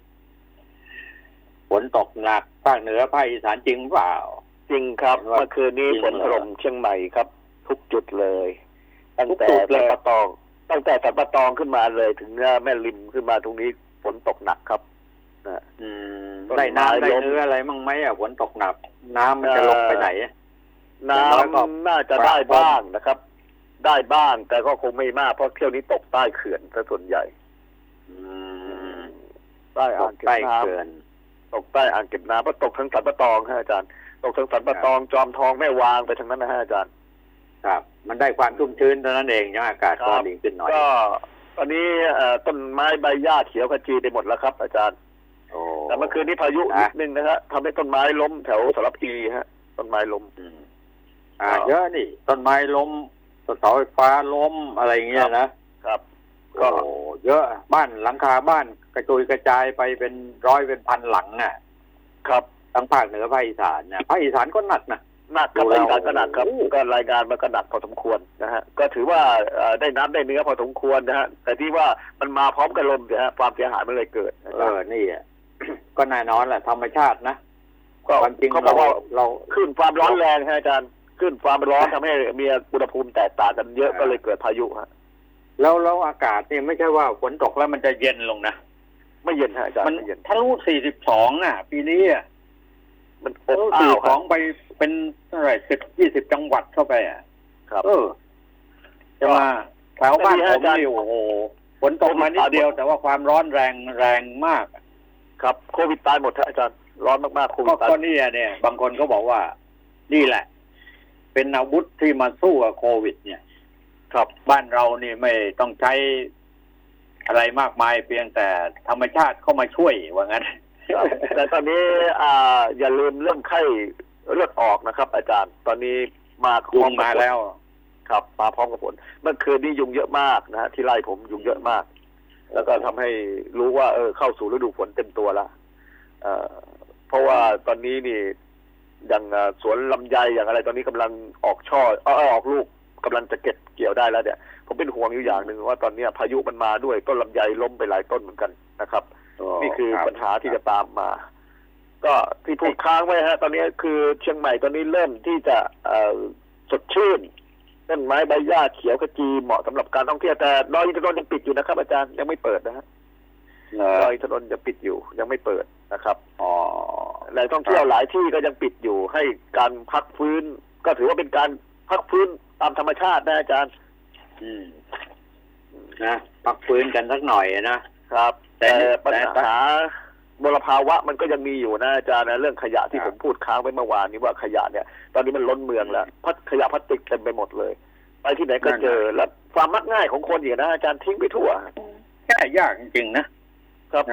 ฝนตกหนักภาคเหนือภาคอีสานจริงเปล่าจริงครับเมื่อคืนนี้ฝนถล่มเชียงใหม่ครับทุกจุดเลยตั้งแต่สันปะตองขึ้นมาเลยถึงแม่ริมขึ้นมาตรงนี้ฝนตกหนักครับได้น้ำได้เนื้ออะไรมั่งไหมฝนตกหนักน้ำมันจะลงไปไหนน้ำน่าจะได้บ้างนะครับได้บ้างแต่ก็คงไม่มากเพราะเที่ยวนี้ตกใต้เขื่อนซะส่วนใหญ่ใต้อ่างเก็บน้ำตกใต้อ่างเก็บน้ำเพราะตกทั้งสันปะตองฮะอาจารย์ตกทั้งสันปะตองจอมทองแม่วางไปทางนั้นนะฮะอาจารย์ครับมันได้ความชุ่มชื้นเท่านั้นเองนะอากาศก็ดีขึ้นหน่อยก็ตอนนี้ต้นไม้ใบหญ้าเขียวขจีไปหมดแล้วครับอาจารย์แต่เมื่อคืนนี้พายุนิดนึงนะฮะทำให้ต้นไม้ล้มแถวสระพีฮะต้นไม้ล้มเยอะนี่ต้นไม้ล้มเสาไฟฟ้าล้มอะไรเงี้ยนะครับก็เยอะบ้านหลังคาบ้านกระจุยกระจายไปเป็นร้อยเป็นพันหลังน่ะครับทั้งภาคเหนือภาคอีสานเนี่ยภาคอีสานก็หนักนะหนักครับรายงานก็หนักครับก็รายงานมันก็หนักพอสมควรนะฮะก็ถือว่าได้น้ำได้เนื้อพอสมควรนะฮะแต่ที่ว่ามันมาพร้อมกับลมนะฮะความเสียหายมันเลยเกิดนี่ก็แน่นอนแหละธรรมชาตินะก็จริงเขาบอกว่าเราขึ้นความร้อนแรงฮะอาจารย์ขึ้นความร้อนทำให้มีอุณหภูมิแตกต่างกันเยอะก็เลยเกิดพายุฮะแล้วอากาศนี่ไม่ใช่ว่าฝนตกแล้วมันจะเย็นลงนะไม่เย็นฮะอาจารย์มันทะลุ42ปีนี้มันอบอ้าวของไปเป็นเท่าไหร่10-20จังหวัดเข้าไปครับจะมาแถวบ้านผมนี่โอ้โหฝนตกมานิดเดียวแต่ว่าความร้อนแรงมากครับโควิดตายหมดฮะอาจารย์ร้อนมากๆโควิดตายก็นี่เนี่ยบางคนก็บอกว่านี่แหละเป็นอาวุธที่มาสู้กับโควิดเนี่ยครับบ้านเรานี่ไม่ต้องใช้อะไรมากมายเพียงแต่ธรรมชาติเข้ามาช่วยว่างั้นแต่ตอนนี้อย่าลืมเรื่องไข้เลือดออกนะครับอาจารย์ตอนนี้มาแล้วครับมาพร้อมกับฝนเมื่อคืนนี้ยุงเยอะมากนะฮะที่ไร่ผมยุงเยอะมากแล้วก็ทำให้รู้ว่าเข้าสู่ฤดูฝนเต็มตัวแล้วเพราะว่าตอนนี้นี่อย่างสวนลำไยอย่างอะไรตอนนี้กำลังออกช่อออกลูกกำลังจะเก็บเกี่ยวได้แล้วเนี่ยผมเป็นห่วงอยู่อย่างหนึ่งว่าตอนนี้พายุมันมาด้วยต้นลำไยล้มไปหลายต้นเหมือนกันนะครับนี่คือปัญหาที่จะตามมาก็ที่พูดค้างไว้ฮะตอนนี้คือเชียงใหม่ตอนนี้เริ่มที่จะสดชื่นต้นไม้ใบหญ้าเขียวขจีเหมาะสำหรับการท่องเที่ยวแต่ดอยอินทนนท์ยังปิดอยู่นะครับอาจารย์ยังไม่เปิดนะฮะดอยอินทนนท์ยังปิดอยู่ยังไม่เปิดนะครับแหล่งท่องเที่ยวหลายที่ก็ยังปิดอยู่ให้การพักฟื้นก็ถือว่าเป็นการพักฟื้นตามธรรมชาตินะอาจารย์นะพักฟื้นกันสักหน่อยนะครับแต่ปัญหามลภาวะมันก็ยังมีอยู่นะอาจารย์นะเรื่องขยะที่ผมพูดค้างไว้เมื่อวานนี้ว่าขยะเนี่ยตอนนี้มันล้นเมืองแล้วขยะพลาสติกเต็มไปหมดเลยไปที่ไหนก็เจอแล้วความมักง่ายของคนอย่างนะอาจารย์ทิ้งไปทั่วแก้ยากจริงๆนะครับ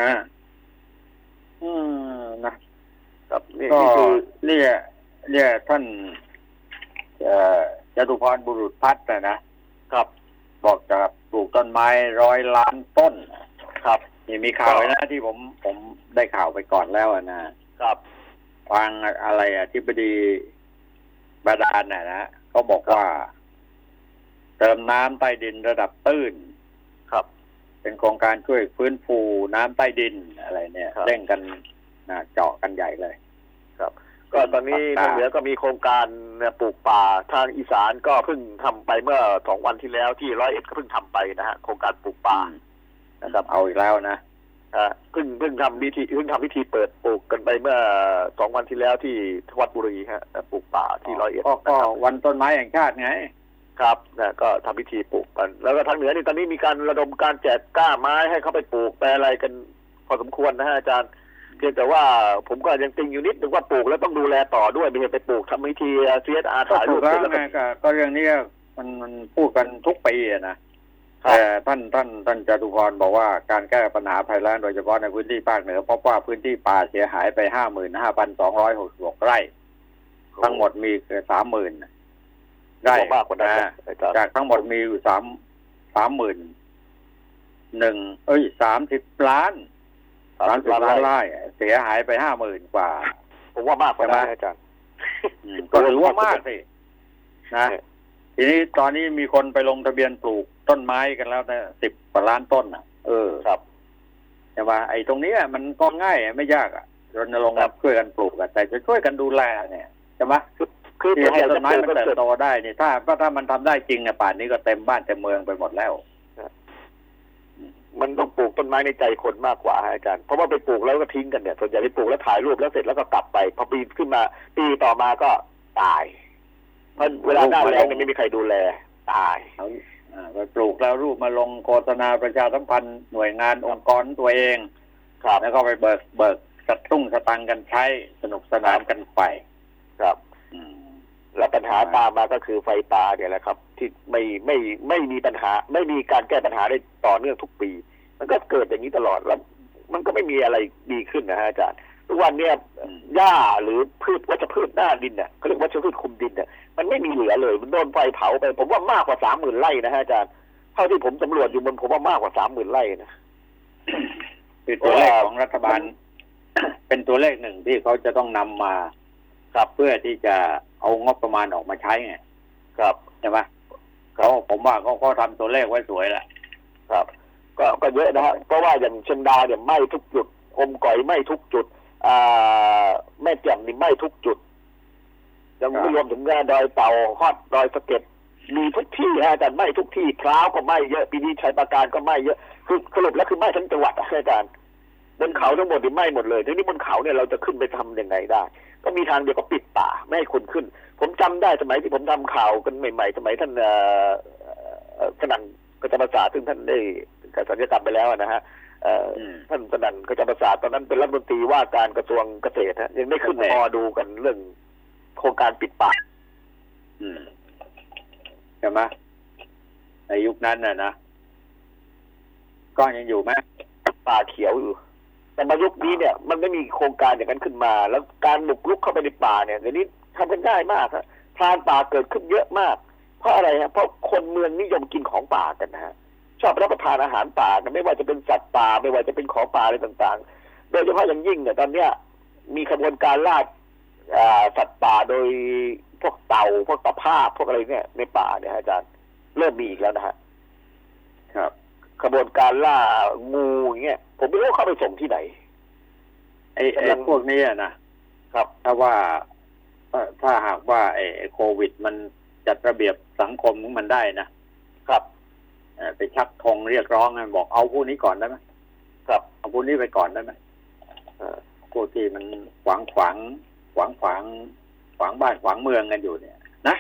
นะครับนี่คือเนี่ยท่านจตุพรบุรุษพัฒน์นะครับบอกจะปลูกต้นไม้100 ล้านต้นครับนี่มีข่าวนะที่ผมได้ข่าวไปก่อนแล้วนะครับฟังอะไรที่บดีบาดาลนะเขาบอกว่าเติมน้ำใต้ดินระดับตื้นครับเป็นโครงการช่วยฟื้นฟูน้ำใต้ดินอะไรเนี่ยเร่งกันเจาะกันใหญ่เลยครับก็ตอนนี้ทางเหนือก็มีโครงการปลูกป่าทางอีสานก็เพิ่งทำไปเมื่อ2 วันที่แล้วที่101ก็เพิ่งทำไปนะฮะโครงการปลูกป่านะครับเอาอีกแล้วนะเพิ่งทำพิธีเปิดปลูกกันไปเมื่อ2 วันที่แล้วที่วัดบุรีฮะปลูกป่าที่101 ก็วันต้นไม้แห่งชาติไงครับนะก็ทำพิธีปลูกกันแล้วก็ทางเหนือนี่ตอนนี้มีการระดมการแจกก้าไม้ให้เขาไปปลูกไปอะไรกันพอสมควรนะฮะอาจารย์เพียงแต่ว่าผมก็ยังติงอยู่นิดนึงว่าปลูกแล้วต้องดูแลต่อด้วยไม่ใช่ไปปลูกทำพิธี CSR ถ่ายรูปแล้วก็เรื่องนี้มันพูดกันทุกปีนะแต่ท่านจตุพรบอกว่าการแก้ปัญหาภัยแล้งโดยเฉพาะในพื้นที่ภาคเหนือเพราะว่าพื้นที่ป่าเสียหายไป 55,266 ไร่ทั้งหมดมี30,000 ได้มากกว่านั้นจากทั้งหมดมีอยู่30,000 30 ล้านไร่เสียหายไป 50,000 กว่าผมว่ามากกว่านั้นอาจารย์ก็ถือว่ามากสินะทีนี้ตอนนี้มีคนไปลงทะเบียนปลูกต้นไม้กันแล้วนะ10 กว่าล้านต้นครับแต่ว่าไอ้ตรงนี้มันก็ง่ายไม่ยากรณรงค์ช่วยกันปลูกแต่จะช่วยกันดูแลเนี่ยใช่ไหมคือให้ต้นไม้มันเติบโตได้นี่ถ้ามันทำได้จริงป่านนี้ก็เต็มบ้านเต็มเมืองไปหมดแล้วมันต้องปลูกต้นไม้ในใจคนมากกว่าอาจารย์เพราะว่าไปปลูกแล้วก็ทิ้งกันเนี่ยส่วนใหญ่ไปปลูกแล้วถ่ายรูปแล้วเสร็จแล้วก็กลับไปพอปีขึ้นมาปีต่อมาก็ตายเพราะเวลาหน้าแล้งไม่มีใครดูแลตายไปปลูกแล้วรูปมาลงโฆษณาประชาสัมพันธ์หน่วยงานองค์กรตัวเองแล้วก็ไปเบิกสตุ้งสตังกันใช้สนุกสนานกันไปครับแล้วปัญหาตามมาก็คือไฟป่าเนี่ยแหละครับที่ไม่มีปัญหาไม่มีการแก้ปัญหาได้ต่อเนื่องทุกปีมันก็เกิดอย่างนี้ตลอดแล้วมันก็ไม่มีอะไรดีขึ้นนะฮะอาจารย์ทุกวันเนี่ยหญ้าหรือพืชวัชพืชหน้าดินเนี่ยเขาเรียกวัชพืชคุมดินเนี่ยมันไม่มีเหลือเลยมันโดนไฟเผาไปผมว่ามากกว่า 30,000 ไร่นะฮะอาจารย์เท่าที่ผมสำรวจอยู่มันผมว่ามากกว่า 30,000 ไร่นะคือตัวเลขของรัฐบาลเป็นตัวเลขหนึ่งที่เขาจะต้องนำมาครับเพื่อที่จะเอางบประมาณออกมาใช้ไงครับใช่ไหมผมว่าเขาทำตัวเลขไว้สวยแหละครับก็เยอะนะฮะเพราะว่าอย่างเชียงดาวเนี่ยไหม้ทุกจุดอมก๋อยไหม้ทุกจุดแม่แจ่มนี่ไหม้ทุกจุดยังไม่รวมถึงดอยเต่าฮอดดอยสะเก็ดมีทุกที่ฮะอาจารย์ไหม้ทุกที่พร้าวก็ไหม้เยอะปีนี้ชัยปราการก็ไหม้เยอะคือสรุปแล้วคือไหม้ทั้งจังหวัดอาจารย์บนเขาทั้งหมดนี่ไหม้หมดเลยทีนี้บนเขาเนี่ยเราจะขึ้นไปทำยังไงได้ก็มีทางเดียวก็ปิดป่าไม่ให้คนขึ้นผมจำได้สมัยที่ผมทำข่าวกันใหม่ๆสมัยท่านสนั่นกจประสาทซึ่งท่านได้สัญญกรรมไปแล้วนะฮะท่านสนั่นกจประสาทตอนนั้นเป็นรัฐมนตรีว่าการกระทรวงเกษตรยังได้ขึ้นพอดูกันเรื่องโครงการปิดป่าใช่ไหมในยุคนั้นนะก็ยังอยู่ไหมป่าเขียวอยู่แต่มายุคนี้เนี่ยมันไม่มีโครงการอย่างนั้นขึ้นมาแล้วการบุกรุกเข้าไปในป่าเนี่ยเดี๋ยวนี้ทำกันง่ายมากครับพรานป่าเกิดขึ้นเยอะมากเพราะอะไรฮะเพราะคนเมืองนิยมกินของป่ากันนะฮะชอบรับประทานอาหารป่ากันไม่ว่าจะเป็นสัตว์ป่าไม่ว่าจะเป็นของป่าอะไรต่างๆโดยเฉพาะอย่างยิ่งเนี่ยตอนเนี้ยมีขบวนการล่าสัตว์ป่าโดยพวกเต่าพวกตะภาพพวกอะไรเนี่ยในป่าเนี่ยอาจารย์เริ่มมีอีกแล้วนะฮะครับขบวนการล่างูอย่างเงี้ยผมไม่รู้เข้าไปส่งที่ไหนไอ้พวกนี้นะครับถ้าหากว่าไอ้โควิดมันจัดระเบียบสังคมของมันได้นะครับไปชักธงเรียกร้องให้บอกเอาผู้นี้ก่อนได้ไหมครับเอาผู้นี้ไปก่อนได้ไหมผู้ที่มันขวางบ้านขวางเมืองกันอยู่เนี่ยนะ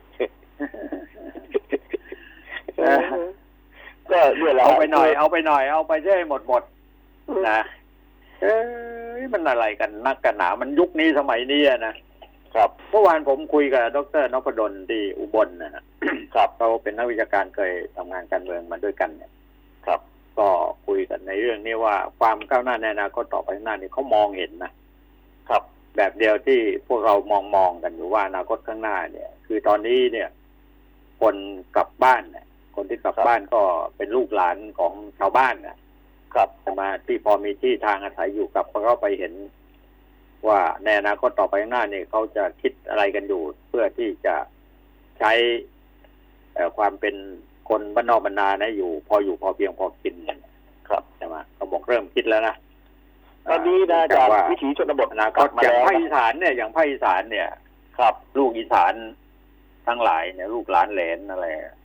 ก็เนี่ยแหละเอาไปหน่อยเอาไปใช่หมดนะมันอะไรกันนักกันหนามันยุคนี้สมัยนี้นะครับเมื่อวานผมคุยกับดร.นพดลที่อุบลนะครับเขาเป็นนักวิชาการเคยทำงานการเมืองมาด้วยกันเนี่ยครับก็คุยกันในเรื่องนี้ว่าความก้าวหน้าในอนาคตต่อไปข้างหน้านี่เขามองเห็นนะครับแบบเดียวที่พวกเรามองกันอยู่ว่าอนาคตข้างหน้าเนี่ยคือตอนนี้เนี่ยคนกลับบ้านเนี่ยคนที่กลับบ้านก็เป็นลูกหลานของชาวบ้านนะครับมาที่พอมีที่ทางอาศัยอยู่กับเขาไปเห็นว่าในอนาคตต่อไปข้างหน้าเนี่ยเขาจะคิดอะไรกันอยู่เพื่อที่จะใช้ความเป็นคนบ้านนอกบ้านนานะอยู่พอเพียงพอกินครับใช่ไหมเขาบอกเริ่มคิดแล้วนะตอนนี้นะจากวิถีชนบทอนาคตอย่างภาคอีสานเนี่ยครับลูกอีสานทั้งหลายเนี่ยลูกหลานเหลนอะไรครับ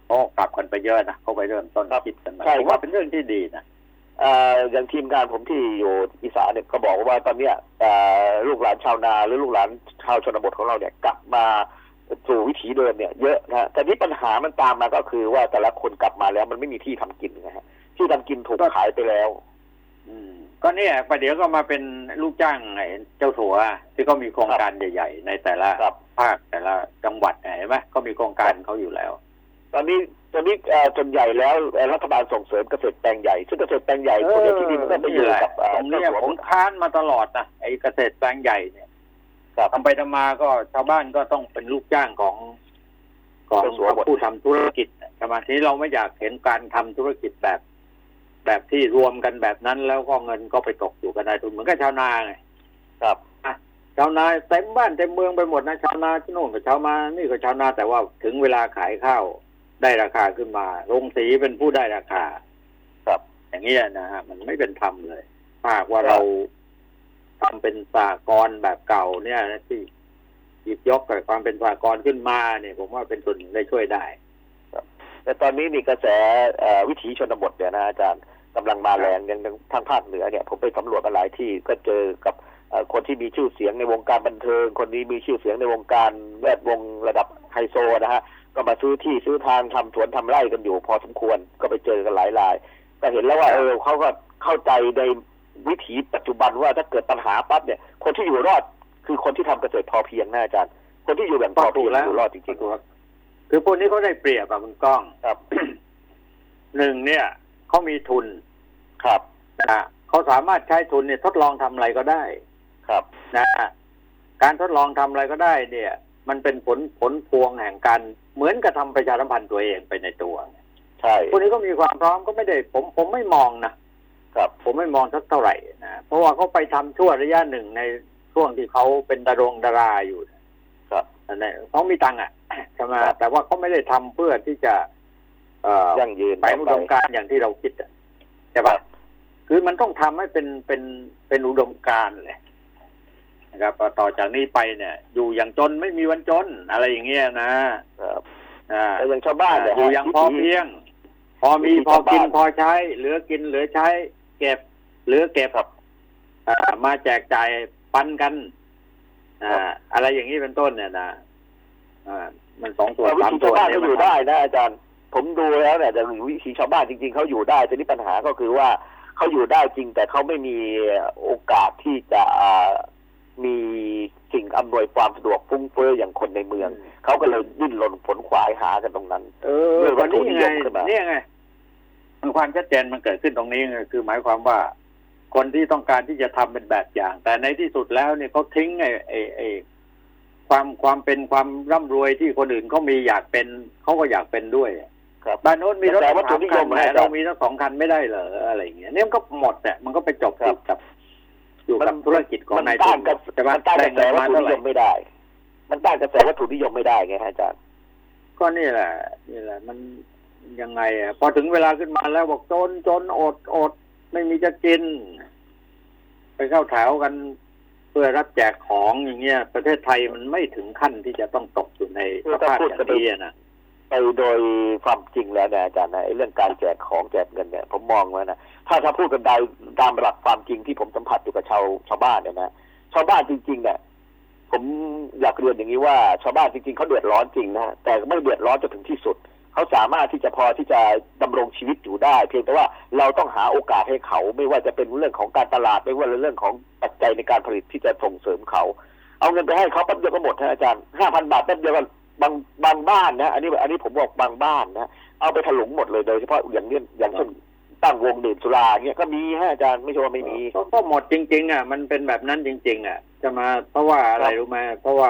ก็กลับกันไปเยอะนะเขาไปเริ่มต้นคิดกันใช่ว่าเป็นเรื่องที่ดีนะอย่างทีมงานผมที่อยู่อีสานเนี่ยก็บอกว่าตอนเนี้ยลูกหลานชาวนาหรือลูกหลานชาวชนบทของเราเนี่ยกลับมาสู่วิถีเดิมเนี่ยเยอะนะแต่นี้ปัญหามันตามมาก็คือว่าแต่ละคนกลับมาแล้วมันไม่มีที่ทำกินนะฮะที่ทำกินถูกขายไปแล้วก็เนี่ยประเดี๋ยวก็มาเป็นลูกจ้างเจ้าสัวที่ก็มีโครงการใหญ่ๆในแต่ละภาคแต่ละจังหวัดเห็นไหมก็มีโครงการเขาอยู่แล้วตอนนี้จนใหญ่แล้วรัฐบาลส่งเสริมเกษตรแปลงใหญ่ซึ่งเกษตรแปลงใหญ่คนเดียวที่ดินก็ไปอยู่กับตรงนี้ผมค้านมาตลอดนะไอ้เกษตรแปลงใหญ่เนี่ยทำไปทำมาก็ชาวบ้านก็ต้องเป็นลูกจ้างของผู้ทำธุรกิจสมาธิเราไม่อยากเห็นการทำธุรกิจแบบที่รวมกันแบบนั้นแล้วก็เงินก็ไปตกอยู่กันนายทุนเหมือนกับชาวนาไงครับชาวนาเต็มบ้านเต็มเมืองไปหมดนะชาวนาที่โน่นกับชาวนานี่ก็ชาวนาแต่ว่าถึงเวลาขายข้าวได้ราคาขึ้นมาโรงสีเป็นผู้ได้ราคาครับอย่างเงี้ยนะฮะมันไม่เป็นธรรมเลยหากว่าเราทำเป็นสหกรณ์แบบเก่าเนี่ยที่หยิบยกกับความเป็นสหกรณ์ขึ้นมาเนี่ยผมว่าเป็นส่วนได้ช่วยได้แต่ตอนนี้นี่กระแสวิถีชนบทเนี่ยนะอาจารย์กำลังมาแรงอย่างทางภาคเหนือเนี่ยผมไปสำรวจมาหลายที่ก็เจอกับคนที่มีชื่อเสียงในวงการบันเทิงคนนี้มีชื่อเสียงในวงการแวดวงระดับไฮโซนะฮะก็มาซื้อที่ซื้อทางทำสวนทำไร่กันอยู่พอสมควรก็ไปเจอกันหลายรายก็เห็นแล้วว่าเขาก็เข้าใจในวิถีปัจจุบันว่าถ้าเกิดปัญหาปั๊บเนี่ยคนที่อยู่รอดคือคนที่ทำเกษตรพอเพียงนะอาจารย์คนที่อยู่แบบพอเพียงอยู่รอดจริงๆคือพวกนี้เขาได้เปรียบอะคุณก้องครับหนึ่งเนี่ยเขามีทุนครับเขาสามารถใช้ทุนเนี่ยทดลองทำอะไรก็ได้ครับนะการทดลองทำอะไรก็ได้เนี่ยมันเป็นผลพวงแห่งการเหมือนกับทำประชาสัมพันธ์ตัวเองไปในตัวใช่พวกนี้ก็มีความพร้อมก็ไม่ได้ผมไม่มองนะครับผมไม่มองสักเท่าไหร่นะเพราะว่าเขาไปทำชั่วระยะหนึ่งในช่วงที่เขาเป็นดาราอยู่ครับเขามีตังค์อ่ะใช่ไหมแต่ว่าเขาไม่ได้ทำเพื่อที่จะยั่งยืนไปอุดมการณ์อย่างที่เราคิดใช่ป่ะคือมันต้องทำให้เป็นอุดมการณ์เลยนะครับต่อจากนี้ไปเนี่ยอยู่อย่างจนไม่มีวันจนอะไรอย่างเงี้ยนะครับแต่อย่างชาวบ้านอยู่อย่างพอเพียงพอมีพอกินพอใช้เหลือกินเหลือใช้เก็บเหลือเก็บมาแจกจ่ายปันกันอะไรอย่างนี้เป็นต้นเนี่ยนะมัน2 ส่วน 3 ส่วนเนี่ยอยู่ได้นะอาจารย์ผมดูแล้วเนี่ยแต่วิถีชาวบ้านจริงๆเขาอยู่ได้แต่นี่ปัญหาก็คือว่าเขาอยู่ได้จริงแต่เขาไม่มีโอกาสที่จะมีสิ่งอำนวยความสะดวกฟุ้งเฟ้ออย่างคนในเมืองเขาก็เลยดิ้นรนขนขวายหากันตรงนั้นวันนี้ไงนี่ไงมันความชัดเจนมันเกิดขึ้นตรงนี้คือหมายความว่าคนที่ต้องการที่จะทำเป็นแบบอย่างแต่ในที่สุดแล้วเนี่ยเขาทิ้งไอ้ความเป็นความร่ำรวยที่คนอื่นเขามีอยากเป็นเขาก็อยากเป็นด้วยครับบ้านโน้นมีรถ3 คันเรามีทั้ง2 คันไม่ได้เหรออะไรอย่างเงี้ยเนี่ยมันก็หมดมันก็ไปจบอยู่กับธุรกิจของนายทุนมันต้านกระแสวัตถุนิยมไม่ได้มันต้านกระแสวัตถุนิยมไม่ได้ไงอาจารย์ก็นี่แหละมันยังไงพอถึงเวลาขึ้นมาแล้วบอกจนอดไม่มีจะกินไปเข้าแถวกันเพื่อรับแจกของอย่างเงี้ยประเทศไทยมันไม่ถึงขั้นที่จะต้องตกอยู่ในสภาพอย่างนี้นะไปโดยความจริงแล้วนะอาจารย์นะเรื่องการแจกของแจกเงินเนี่ยผมมองว่านะถ้าพูดกันตามหลักความจริงที่ผมสัมผัสอยู่กับชาวบ้านเนี่ยนะชาวบ้านจริงๆเนี่ยผมอยากเรียนอย่างนี้ว่าชาวบ้านจริงๆเขาเดือดร้อนจริงนะแต่ไม่เดือดร้อนจนถึงที่สุดเขาสามารถที่จะพอที่จะดำรงชีวิตอยู่ได้เพียงแต่ว่าเราต้องหาโอกาสให้เขาไม่ว่าจะเป็นเรื่องของการตลาดไม่ว่าเรื่องของปัจจัยในการผลิตที่จะส่งเสริมเขาเอาเงินไปให้เขาแป๊บเดียวก็หมดนะอาจารย์ 5,000 บาทแป๊บเดียวกันบางบ้านนะอันนี้ผมบอกบางบ้านนะเอาไปถลุงหมดเลยโดยเฉพาะอย่างเช่นตั้งวงดื่มสุราเงี้ยก็มีฮะอาจารย์ไม่ใช่ว่าไม่มีก็หมดจริงๆมันเป็นแบบนั้นจริงๆจะมาเพราะว่าอะไรรู้ไหมเพราะว่า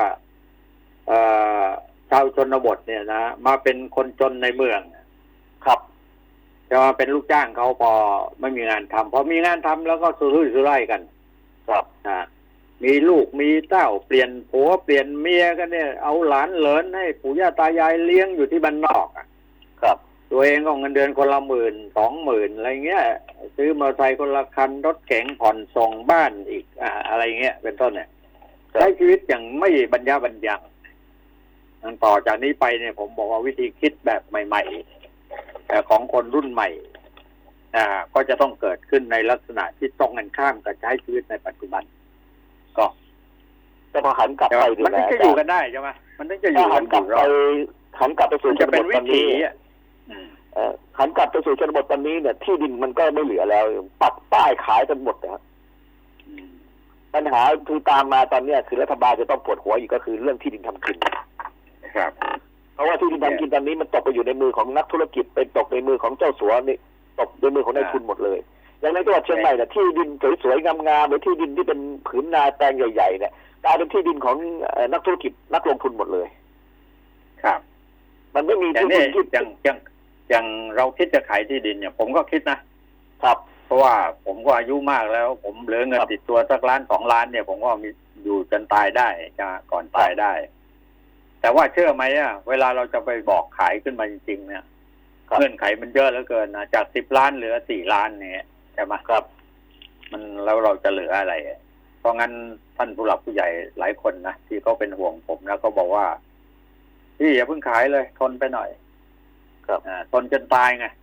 ชาวชนบทเนี่ยนะมาเป็นคนจนในเมืองครับจะมาเป็นลูกจ้างเขาพอไม่มีงานทำพอมีงานทำแล้วก็สุรุ่ยสุร่ายกันครับมีลูกมีเต้าเปลี่ยนผัวเปลี่ยนเมียกันเนี่ยเอาหลานเหลนให้ปู่ย่าตายายเลี้ยงอยู่ที่บ้านนอกครับตัวเองก็เงินเดือนคนละ10,000-20,000อะไรเงี้ยซื้อมอเตอร์ไซค์คนละคันรถเก๋งผ่อนส่งบ้านอีกอะไรเงี้ยเป็นต้นเนี่ยใช้ชีวิตอย่างไม่บรรยาบรรยังต่อจากนี้ไปเนี่ยผมบอกว่าวิธีคิดแบบใหม่ๆของคนรุ่นใหม่ก็จะต้องเกิดขึ้นในลักษณะที่ตรงกันข้ามกับใช้ชีวิตในปัจจุบันก็แต่พอหันกลับไปมันจะอยู่กันได้ใช่ไหมมันจะอยู่กันหันกลับไปสู่ชนบทตอนนี้หันกลับไปสู่ชนบทตอนนี้เนี่ยที่ดินมันก็ไม่เหลือแล้วปักป้ายขายกันหมดนะครับปัญหาคือตามมาตอนนี้คือรัฐบาลจะต้องปวดหัวอีกก็คือเรื่องที่ดินทำกินครับเพราะว่าที่ดินทำกินตอนนี้มันตกไปอยู่ในมือของนักธุรกิจเป็นตกในมือของเจ้าสัวนี่ตกในมือของนายทุนหมดเลยอย่างในจังหวัดเชียงใหม่เนี่ยที่ดินสวยๆงามๆหรือที่ดินที่เป็นผืนนาแปลงใหญ่ๆเนี่ยกลายเป็นที่ดินของนักธุรกิจนักลงทุนหมดเลยครับมันไม่มีที่ดินที่อย่างเราคิดจะขายที่ดินเนี่ยผมก็คิดนะครับเพราะว่าผมก็อายุมากแล้วผมเหลือเงินติดตัวสัก1 ล้าน 2 ล้านเนี่ยผมก็มีอยู่จนตายได้จะก่อนตายได้แต่ว่าเชื่อไหมเวลาเราจะไปบอกขายขึ้นมาจริงๆเนี่ยเงื่อนไขมันเยอะเหลือเกินนะจาก10 ล้านเหลือ4 ล้านเนี่ยใช่ไหมครับมันแล้วเราจะเหลืออะไรเพราะงั้นท่านผู้หลักผู้ใหญ่หลายคนนะที่เขาเป็นห่วงผมแล้วก็บอกว่าพี่อย่าเพิ่งขายเลยทนไปหน่อยครับทนจนตายไง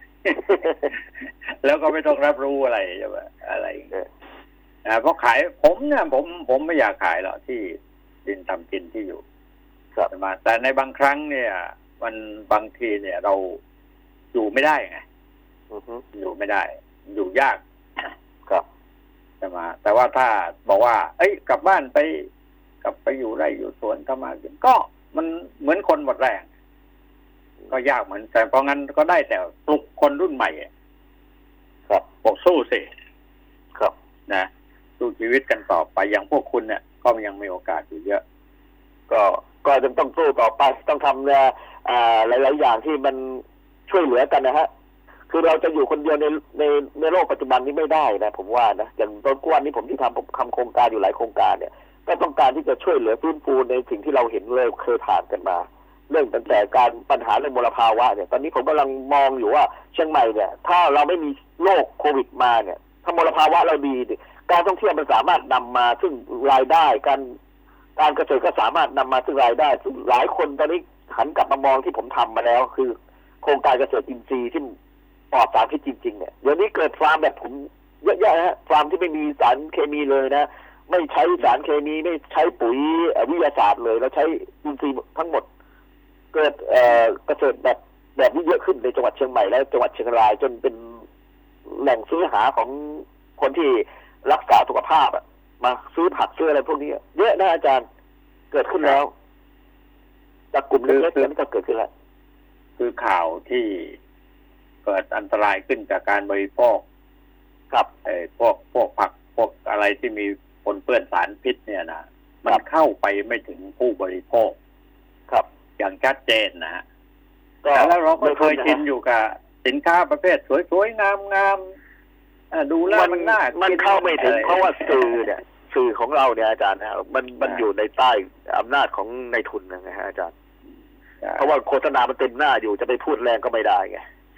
แล้วก็ไม่ต้องรับรู้อะไรใช่ไหมอะไรเพราะขายผมเนี่ยผมไม่อยากขายหรอกที่ดินทำกินที่อยู่ครับมาแต่ในบางครั้งเนี่ยมันบางทีเนี่ยเราอยู่ไม่ได้ไงอยู่ไม่ได้อยู่ยากครับใช่ไหมแต่ว่าถ้าบอกว่าเอ้ยกลับบ้านไปกลับไปอยู่ไร่อยู่สวนก็มาก็มันเหมือนคนหมดแรงก็ยากเหมือนแต่เพราะงั้นก็ได้แต่ปลุกคนรุ่นใหม่ครับบอกสู้สิครับนะสู้ชีวิตกันต่อไปอย่างพวกคุณเนี่ยก็ยังมีโอกาสอยู่เยอะก็จะต้องสู้ต่อไปต้องทำหลายๆอย่างที่มันช่วยเหลือกันนะฮะคือเราจะอยู่คนเดียวในโลกปัจจุบันนี้ไม่ได้นะผมว่านะอย่างต้นกวนนี้ผมที่ทำโครงการอยู่หลายโครงการเนี่ยก็ต้องการที่จะช่วยเหลือฟื้นฟูในสิ่งที่เราเห็นเลยเคยผ่านกันมาเรื่องตั้งแต่การปัญหาเรื่องมลภาวะเนี่ยตอนนี้ผมกำลังมองอยู่ว่าเชียงใหม่เนี่ยถ้าเราไม่มีโรคโควิดมาเนี่ยถ้ามลภาวะเราดีการท่องเที่ยวมันสามารถนำมาซึ่งรายได้การเกษตรก็สามารถนำมาซึ่งรายได้ซึ่งหลายคนตอนนี้หันกลับมามองที่ผมทำมาแล้วคือโครงการเกษตรอินทรีย์ที่ปลอดสารพิษจริงๆเนี่ยเดี๋ยวนี้เกิดฟาร์มแบบผมเยอะแยะฮะฟาร์มที่ไม่มีสารเคมีเลยนะไม่ใช้สารเคมีไม่ใช้ปุ๋ยวิทยาศาสตร์เลยแล้วใช้อินทรีย์ทั้งหมดเกิดเกษตรแบบนี้เยอะขึ้นในจังหวัดเชียงใหม่และจังหวัดเชียงรายจนเป็นแหล่งซื้อหาของคนที่รักษาสุขภาพมาซื้อผักซื้ออะไรพวกนี้เยอะนะอาจารย์เกิดขึ้นแล้วจากกลุ่มเล็กๆนี่ก็เกิดขึ้นแล้วคือข่าวที่เกิดอันตรายขึ้นจากการบริโภคครับพวกผักพวกอะไรที่มีปนเปื้อนสารพิษเนี่ยนะมันเข้าไปไม่ถึงผู้บริโภคครับอย่างชัดเจนนะฮะแล้วเราก็เคยชินอยู่กับสินค้าประเภทสวยๆงามๆดูแล้วมันน่ามันเข้าไม่ถึงเพราะว่าสื่อของเราเนี่ยอาจารย์นะมันอยู่ในใต้อำนาจของนายทุนนะฮะอาจารย์เพราะว่าโฆษณามันเต็มหน้าอยู่จะไปพูดแรงก็ไม่ได้ไง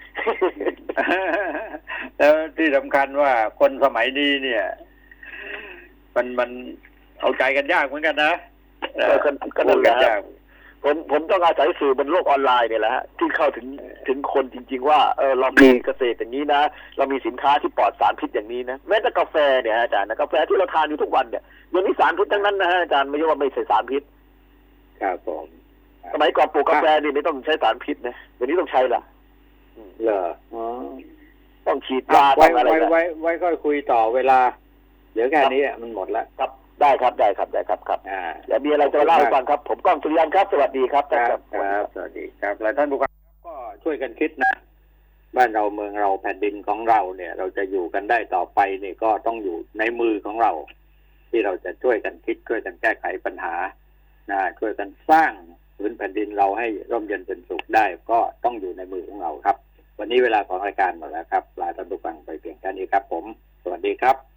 แล้วที่สำคัญว่าคนสมัยนี้เนี่ยมันเอาใจกันยากเหมือนกันนะก็นั่นแหละผมต้องอาศัยสื่อบนโลกออนไลน์เนี่ยแหละที่เข้าถึงคนจริงๆว่าเรามีเกษตรอย่างนี้นะเรามีสินค้าที่ปลอดสารพิษอย่างนี้นะแม้แต่กาแฟเนี่ยอาจารย์นะกาแฟที่เราทานอยู่ทุกวันเนี่ยมันมีสารพิษทั้งนั้นนะฮะอาจารย์ไม่ใช่ว่าไม่ใช่สารพิษครับผมสมัยก่อนปลูกกาแฟนี่ไม่ต้องใช้สารพิษนะเดี๋ยวนี้ต้องใช้ละเหรอต้องฉีดยาต้องอะไรไว้ก็คุยต่อเวลาเดี๋ยวแค่นี้มันหมดแล้วครับได้ครับเดี๋ยวมีอะไรจะเล่าให้ฟังครับผมก้องสุริยันครับสวัสดีครับครับสวัสดีครับและท่านผู้ฟังก็ช่วยกันคิดนะบ้านเราเมืองเราแผ่นดินของเราเนี่ยเราจะอยู่กันได้ต่อไปนี่ก็ต้องอยู่ในมือของเราที่เราจะช่วยกันคิดช่วยกันแก้ไขปัญหาช่วยกันสร้างพื้นแผ่นดินเราให้ร่มเย็นเป็นสุขได้ก็ต้องอยู่ในมือของเราครับวันนี้เวลาของรายการหมดแล้วครับลาท่านผู้ฟังไปเพียงแค่นี้ครับผมสวัสดีครับ